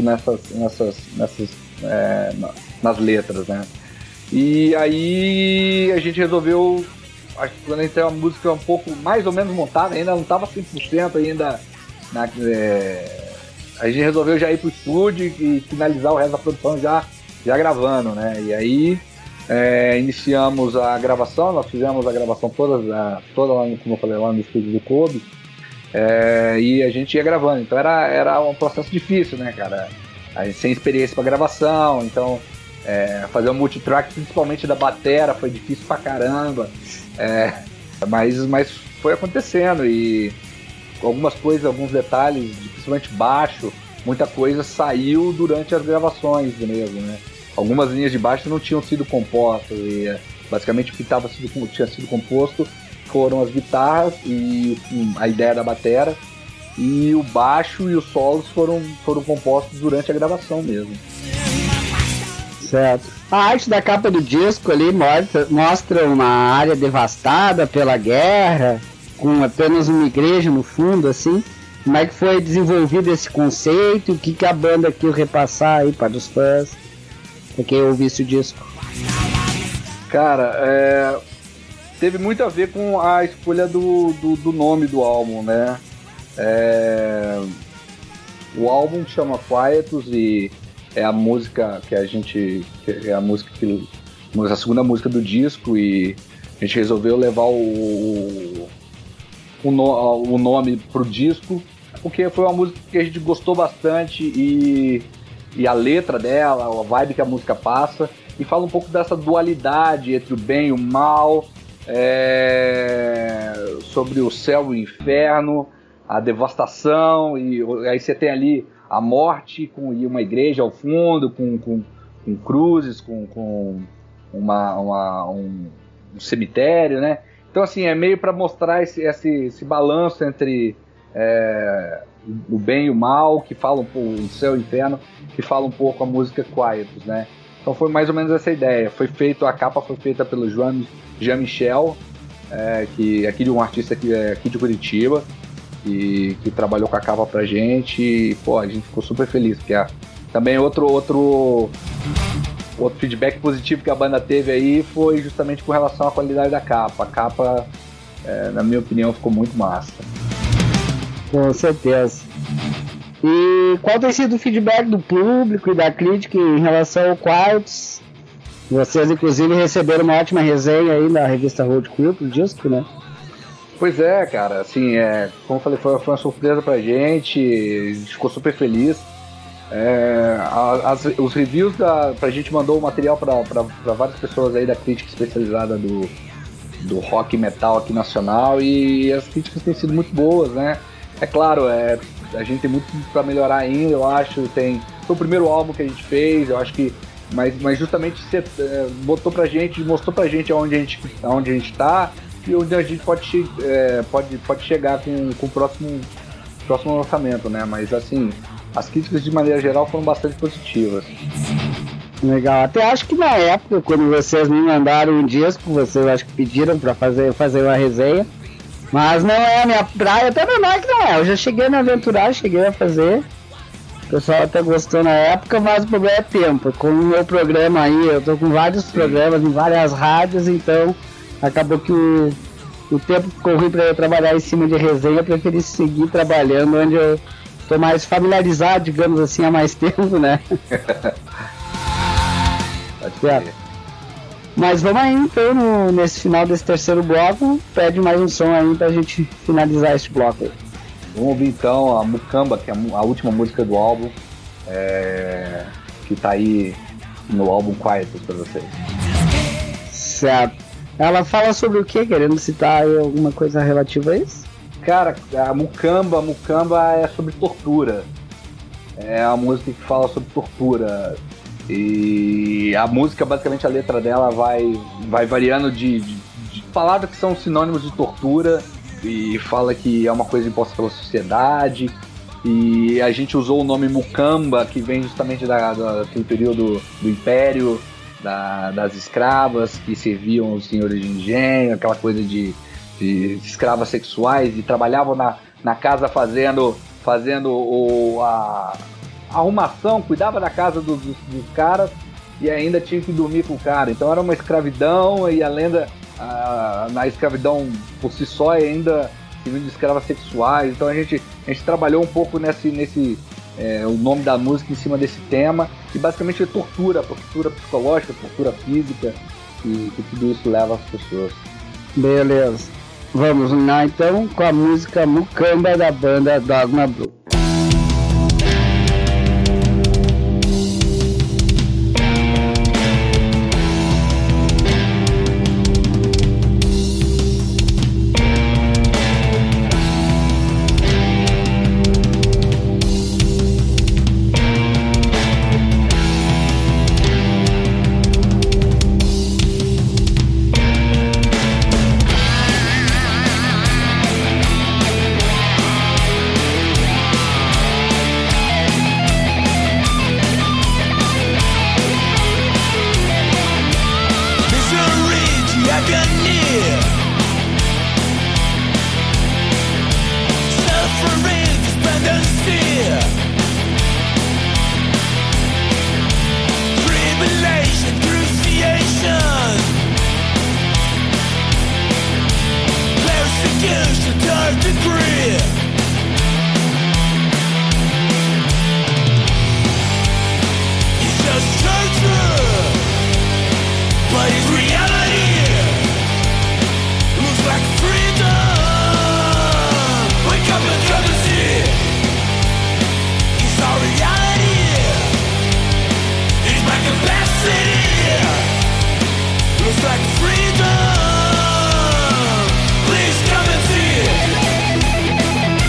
nas letras, né? E aí a gente resolveu, acho que quando a gente tem uma música um pouco mais ou menos montada, ainda não estava 100% ainda a gente resolveu já ir pro estúdio e finalizar o resto da produção já gravando, né? E aí iniciamos a gravação, nós fizemos a gravação toda lá, como eu falei, lá no estúdio do Kobe, e a gente ia gravando. Então era um processo difícil, né, cara? A gente sem experiência para gravação, então fazer um multitrack, principalmente da batera, foi difícil pra caramba. Mas foi acontecendo e algumas coisas, alguns detalhes, principalmente baixo, muita coisa saiu durante as gravações mesmo, né? Algumas linhas de baixo não tinham sido compostas e basicamente o que tinha sido composto foram as guitarras e a ideia da batera, e o baixo e os solos foram compostos durante a gravação mesmo. Certo. A arte da capa do disco ali mostra uma área devastada pela guerra, com apenas uma igreja no fundo, assim. Como é que foi desenvolvido esse conceito? O que a banda quis repassar aí para os fãs, para quem ouvisse o disco? Cara, teve muito a ver com a escolha do nome do álbum, né? O álbum chama Quietus e é a música que a segunda música do disco, e a gente resolveu levar o nome pro disco porque foi uma música que a gente gostou bastante e a letra dela, a vibe que a música passa, e fala um pouco dessa dualidade entre o bem e o mal, sobre o céu e o inferno, a devastação, e aí você tem ali a morte e uma igreja ao fundo, com cruzes, com um cemitério, né? Então, assim, é meio para mostrar esse balanço entre o bem e o mal, que fala um pouco, o céu e o inferno, que fala um pouco a música Quietus, né? Então foi mais ou menos essa ideia. A capa foi feita pelo Jean-Michel, que é um artista aqui de Curitiba, e que trabalhou com a capa pra gente, e pô, a gente ficou super feliz, porque também outro feedback positivo que a banda teve aí foi justamente com relação à qualidade da capa. A capa, na minha opinião, ficou muito massa. Com certeza. E qual tem sido o feedback do público e da crítica em relação ao Quietus? Vocês, inclusive, receberam uma ótima resenha aí na revista Road Crew pro disco, né? Pois é, cara, assim, como eu falei, foi uma surpresa pra gente, a gente ficou super feliz. Os reviews pra gente mandou o material pra várias pessoas aí da crítica especializada do rock e metal aqui nacional, e as críticas têm sido muito boas, né? É claro, a gente tem muito pra melhorar ainda, eu acho. Foi o primeiro álbum que a gente fez, eu acho que, mas justamente você mostrou pra gente aonde a gente tá e onde a gente pode chegar com o próximo lançamento, né? Mas assim, as críticas de maneira geral foram bastante positivas. Legal, até acho que na época, quando vocês me mandaram um disco, vocês acho que pediram pra fazer uma resenha, mas não é a minha praia, até menor que não é. Eu já cheguei a me aventurar, cheguei a fazer pessoal até gostou na época, mas o problema é tempo. Com o meu programa aí, eu tô com vários programas em várias rádios, então acabou que o tempo ficou ruim pra eu trabalhar em cima de resenha. Eu preferi seguir trabalhando onde eu tô mais familiarizado, digamos assim, há mais tempo, né? Pode ser. Mas vamos aí então, nesse final desse terceiro bloco, pede mais um som aí pra gente finalizar esse bloco aí. Vamos ouvir então a Mucamba, que é a última música do álbum, que tá aí no álbum Quietus pra vocês. Certo. Ela fala sobre o que? Querendo citar aí alguma coisa relativa a isso? Cara, a Mucamba é sobre tortura. É a música que fala sobre tortura. E a música, basicamente, a letra dela vai variando de palavras que são sinônimos de tortura, e fala que é uma coisa imposta pela sociedade. E a gente usou o nome Mucamba, que vem justamente daquele período do Império, das escravas que serviam os senhores de engenho, aquela coisa de escravas sexuais, e trabalhavam na casa fazendo a arrumação, cuidava da casa dos caras e ainda tinha que dormir com o cara. Então era uma escravidão, e a lenda na escravidão por si só ainda servindo de escravas sexuais. Então a gente trabalhou um pouco o nome da música em cima desse tema, e basicamente é tortura psicológica, tortura física, e que tudo isso leva as pessoas. Beleza. Vamos lá então com a música Mucamba da banda Dogma Blue. Please come and see it.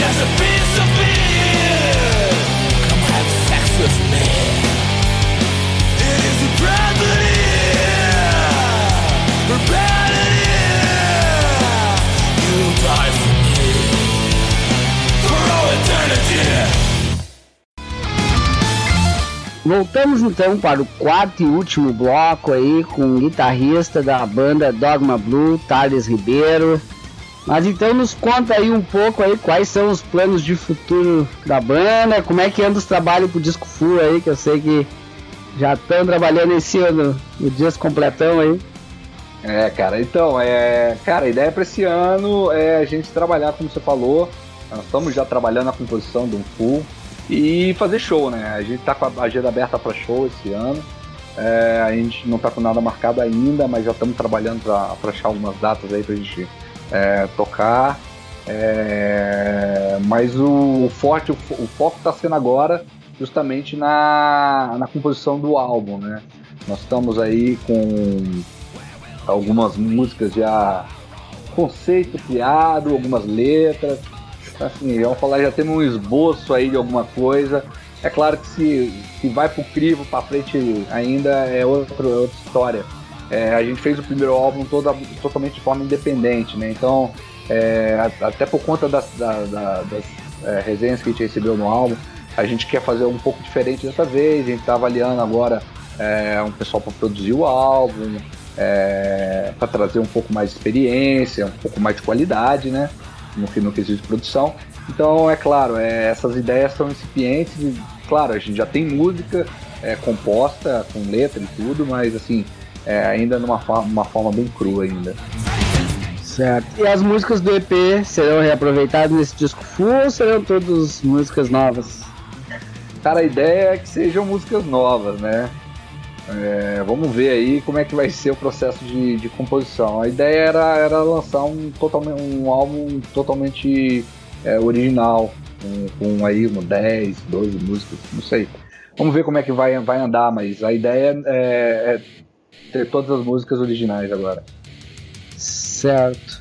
Just a piece of me. Come have sex with me. It is a tragedy. Rebellion. You die for me. For all eternity. Voltamos então para o quarto e último bloco aí com o guitarrista da banda Dogma Blue, Thales Ribeiro. Mas então nos conta aí um pouco aí quais são os planos de futuro da banda, como é que anda os trabalhos pro disco full aí, que eu sei que já estão trabalhando em cima no disco completão aí. Cara, então, cara, a ideia para esse ano é a gente trabalhar, como você falou, nós estamos já trabalhando a composição de um full e fazer show, né? A gente tá com a agenda aberta para show esse ano, a gente não tá com nada marcado ainda, mas já estamos trabalhando para achar algumas datas aí pra gente tocar, mas o foco tá sendo agora justamente na composição do álbum, né? Nós estamos aí com algumas músicas já conceito criado, algumas letras, assim, vamos falar, já temos um esboço aí de alguma coisa. É claro que se vai pro crivo, pra frente ainda é outra história. A gente fez o primeiro álbum totalmente de forma independente, né? Então, até por conta das resenhas que a gente recebeu no álbum, a gente quer fazer um pouco diferente dessa vez. A gente tá avaliando agora um pessoal para produzir o álbum, para trazer um pouco mais de experiência, um pouco mais de qualidade, né? No quesito de produção. Então, é claro, essas ideias são incipientes e, claro, a gente já tem música composta, com letra e tudo, mas assim, ainda numa forma bem crua ainda. Certo. E as músicas do EP serão reaproveitadas nesse disco full ou serão todas músicas novas? Cara, a ideia é que sejam músicas novas, né? Vamos ver aí como é que vai ser o processo de composição. A ideia era lançar um álbum totalmente original, com aí 10, 12 músicas, não sei. Vamos ver como é que vai andar, mas a ideia é ter todas as músicas originais agora. Certo.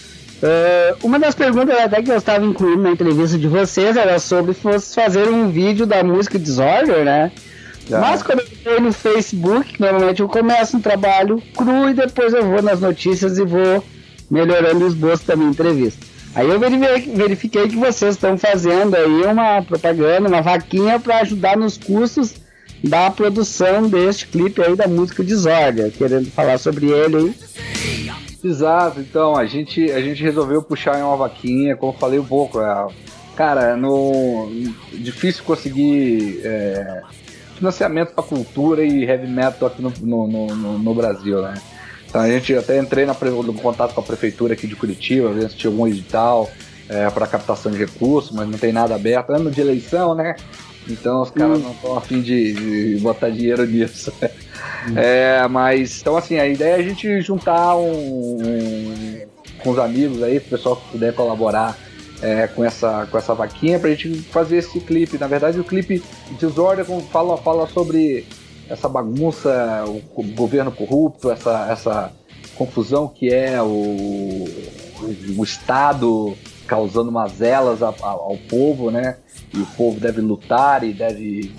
Uma das perguntas até que eu estava incluindo na entrevista de vocês era sobre fazer um vídeo da música Disorder, né? Mas quando eu entrei no Facebook, normalmente eu começo um trabalho cru e depois eu vou nas notícias e vou melhorando o esboço da minha entrevista. Aí eu verifiquei que vocês estão fazendo aí uma propaganda, uma vaquinha para ajudar nos custos da produção deste clipe aí da música Disorder, querendo falar sobre ele aí. Exato, então a gente resolveu puxar em uma vaquinha, como eu falei um pouco, cara, difícil conseguir financiamento para cultura e heavy metal aqui no Brasil, né? Então a gente até entrei no contato com a prefeitura aqui de Curitiba, ver se tinha algum edital para captação de recursos, mas não tem nada aberto. Ano de eleição, né? Então os caras não estão a fim de botar dinheiro nisso. Mas, então assim, a ideia é a gente juntar com os amigos aí, o pessoal que puder colaborar com essa vaquinha pra gente fazer esse clipe. Na verdade, o clipe Disorder fala sobre essa bagunça, o governo corrupto, essa confusão que é o Estado causando mazelas ao povo, né? E o povo deve lutar e deve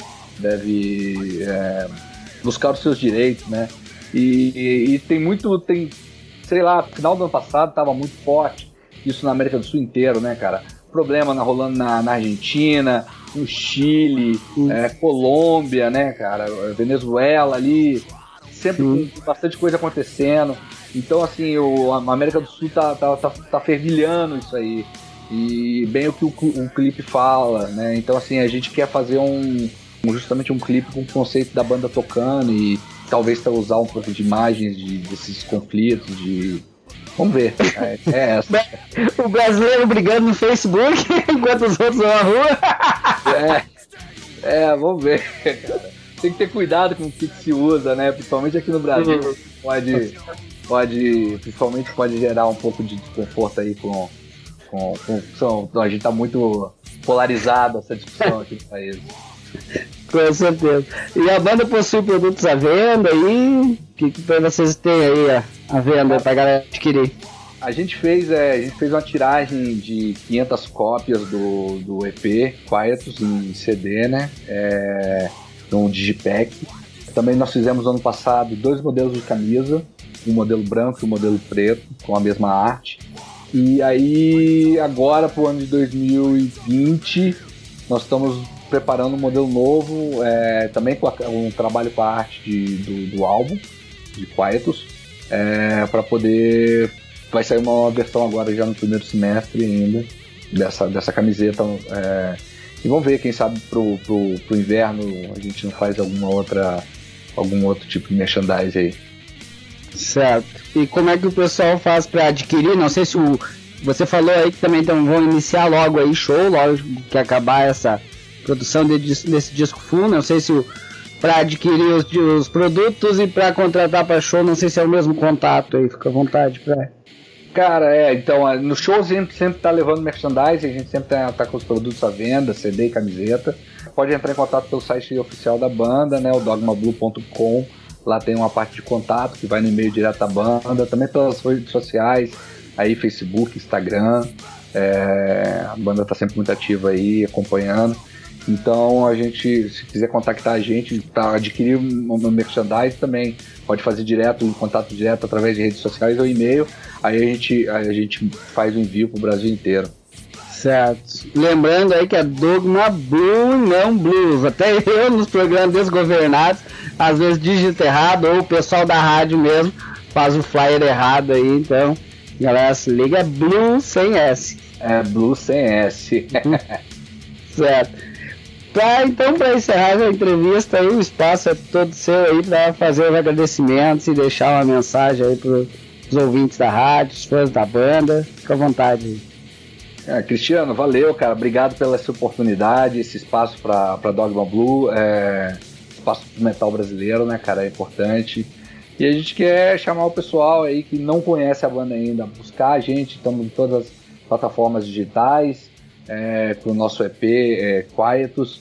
buscar os seus direitos, né? E tem, sei lá, no final do ano passado estava muito forte isso na América do Sul inteiro, né, cara? Problema rolando na Argentina, no Chile, Colômbia, né, cara? Venezuela ali, sempre com bastante coisa acontecendo. Então, assim, a América do Sul tá fervilhando isso aí. E bem o que o clipe fala, né? Então, assim, a gente quer fazer justamente um clipe com o conceito da banda tocando e talvez usar um pouco de imagens desses conflitos, Vamos ver. Essa. O brasileiro brigando no Facebook enquanto os outros vão à rua. Vamos ver, cara. Tem que ter cuidado com o que se usa, né? Principalmente aqui no Brasil. Principalmente pode gerar um pouco de desconforto aí a gente tá muito polarizado essa discussão aqui no país. Com certeza. E a banda possui produtos à venda aí? O que vocês têm aí à venda pra galera adquirir? A gente fez uma tiragem de 500 cópias do EP Quietus em CD, né? Um digipack. Também nós fizemos ano passado 2 modelos de camisa, um modelo branco e um modelo preto, com a mesma arte. E aí, agora pro ano de 2020, nós estamos preparando um modelo novo, também com um trabalho com a arte do álbum, de Quietus, para poder... Vai sair uma versão agora já no primeiro semestre ainda dessa camiseta. E vamos ver, quem sabe pro inverno a gente não faz algum outro tipo de merchandise aí. Certo. E como é que o pessoal faz para adquirir? Não sei se você falou aí que também vão iniciar logo aí show, logo que acabar essa produção desse disco full. Não sei se para adquirir os produtos e para contratar para show, não sei se é o mesmo contato aí. Fica à vontade para... Cara, então, no show a gente sempre tá levando merchandise, a gente sempre tá com os produtos à venda, CD e camiseta. Pode entrar em contato pelo site oficial da banda, né, o dogmablue.com. Lá tem uma parte de contato que vai no e-mail direto da banda, também pelas redes sociais, aí Facebook, Instagram. A banda tá sempre muito ativa aí, acompanhando. Então, a gente, se quiser contactar a gente para adquirir um merchandise também, pode fazer contato direto através de redes sociais ou e-mail. Aí a gente faz o envio pro Brasil inteiro. Certo. Lembrando aí que é Dogma Blue, não Blues. Até eu nos programas desgovernados, às vezes digito errado, ou o pessoal da rádio mesmo faz o flyer errado aí. Então, galera, se liga, é Blue sem S. Blue sem S. Certo. Então, para encerrar a entrevista, aí, o espaço é todo seu aí para fazer os agradecimentos e deixar uma mensagem aí para os ouvintes da rádio, os fãs da banda. Fica à vontade. Cristiano, valeu, cara. Obrigado pela essa oportunidade, esse espaço para Dogma Blue, espaço do metal brasileiro, né, cara? É importante. E a gente quer chamar o pessoal aí que não conhece a banda ainda, buscar a gente. Estamos em todas as plataformas digitais. Com o nosso EP Quietus,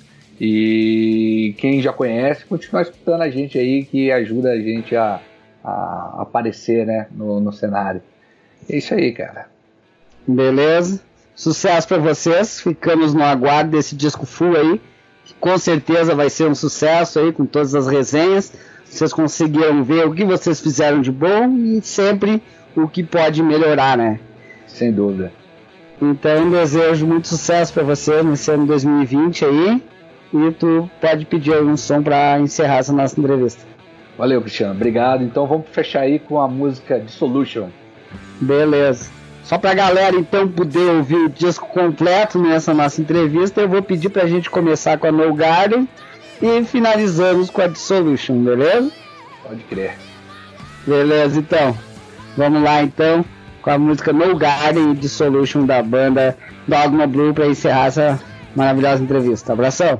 e quem já conhece, continua escutando a gente aí, que ajuda a gente a aparecer, né, no cenário. É isso aí, cara. Beleza, sucesso pra vocês, ficamos no aguardo desse disco full aí, que com certeza vai ser um sucesso aí, com todas as resenhas. Vocês conseguiram ver o que vocês fizeram de bom e sempre o que pode melhorar, né? Sem dúvida. Então, desejo muito sucesso para você nesse ano 2020 aí. E tu pode pedir algum som para encerrar essa nossa entrevista. Valeu, Cristiano. Obrigado. Então, vamos fechar aí com a música Dissolution. Beleza. Só pra galera, então, poder ouvir o disco completo nessa nossa entrevista, eu vou pedir pra gente começar com a No Garden e finalizamos com a Dissolution, beleza? Pode crer. Beleza, então. Vamos lá, então, com a música No Garden e Dissolution da banda Dogma Blue para encerrar essa maravilhosa entrevista. Abração!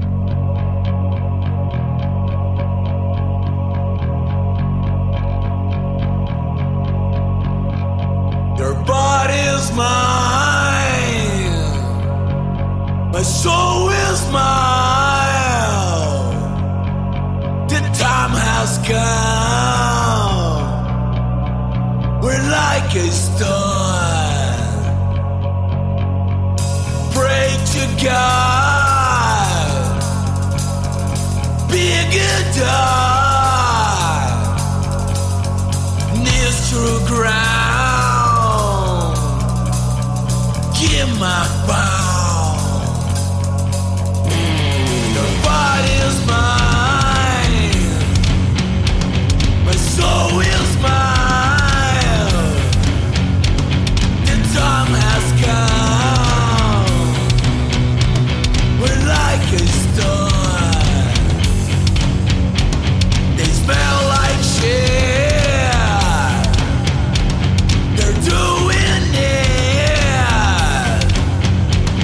Your body's mine, my soul is mine. The time has come. We're like a stone. Pray to God, big and die. Knees to the ground. Give my bow. Your body's mine. My soul is mine. Time has come. We're like a stone. They smell like shit. They're doing it.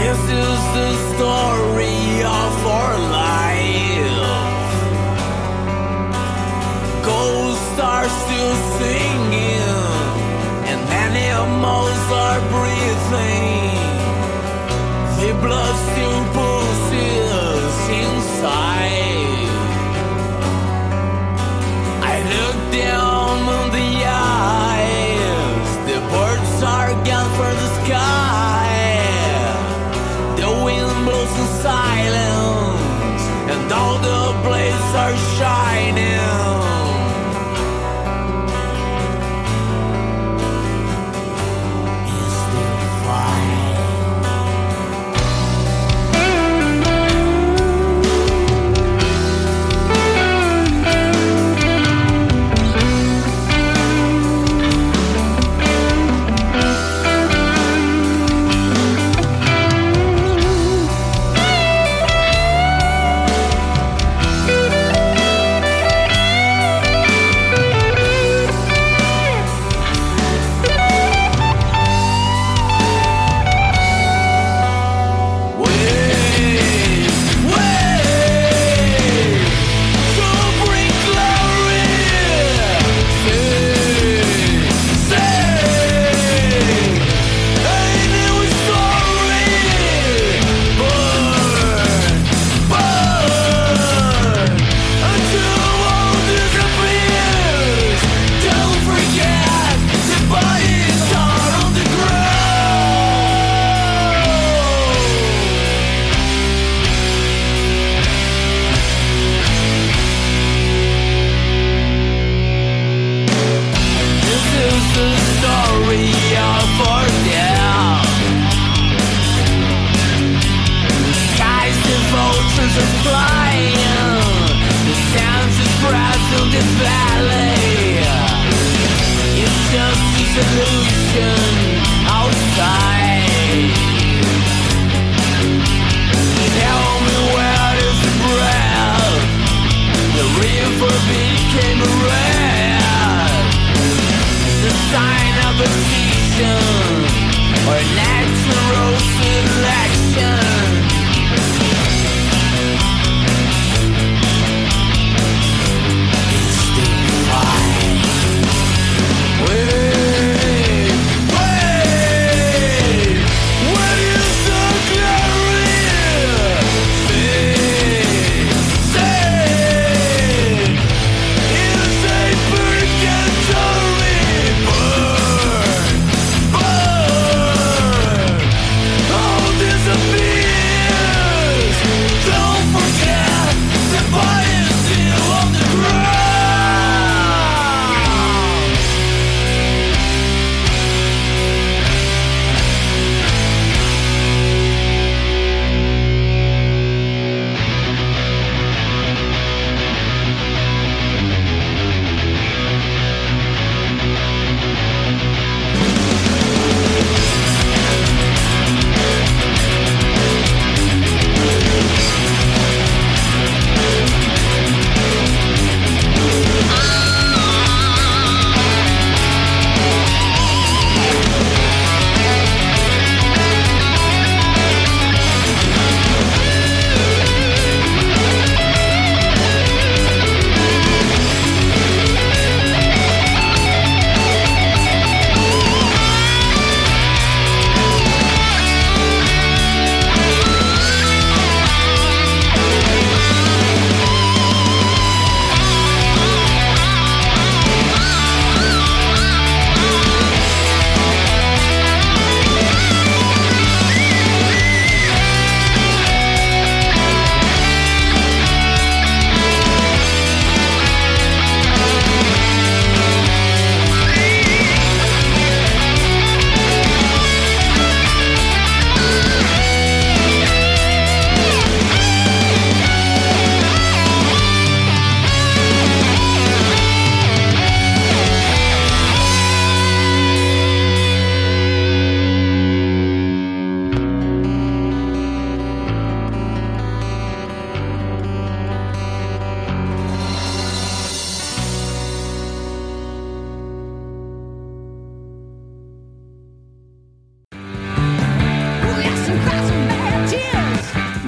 This is the story of our life. Ghosts are still singing, and animals are breathing. The blood still pulses inside. I look down on the eyes. The birds are gone for the sky. The wind blows in silence, and all the blades are shining. Is there fire?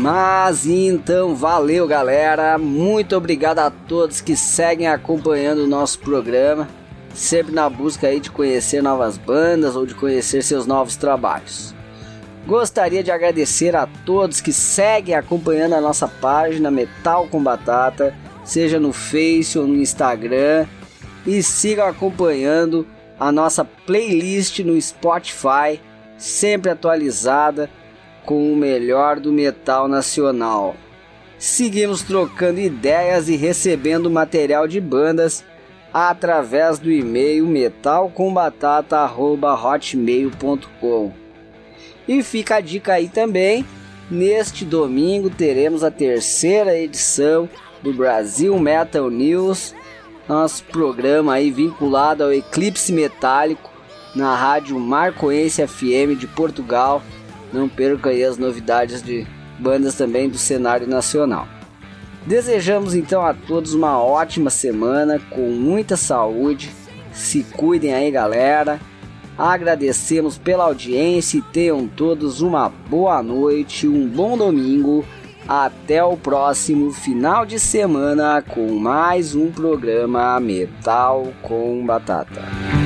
Mas então, valeu galera, muito obrigado a todos que seguem acompanhando o nosso programa, sempre na busca aí de conhecer novas bandas ou de conhecer seus novos trabalhos. Gostaria de agradecer a todos que seguem acompanhando a nossa página Metal com Batata, seja no Face ou no Instagram, e sigam acompanhando a nossa playlist no Spotify, sempre atualizada com o melhor do metal nacional. Seguimos trocando ideias e recebendo material de bandas através do e-mail metalcombatata@hotmail.com. E fica a dica aí também, neste domingo teremos a 3ª edição do Brasil Metal News, nosso programa aí vinculado ao Eclipse Metálico na rádio Marcoense FM de Portugal. Não perca aí as novidades de bandas também do cenário nacional. Desejamos então a todos uma ótima semana, com muita saúde. Se cuidem aí galera. Agradecemos pela audiência e tenham todos uma boa noite, um bom domingo. Até o próximo final de semana com mais um programa Metal com Batata.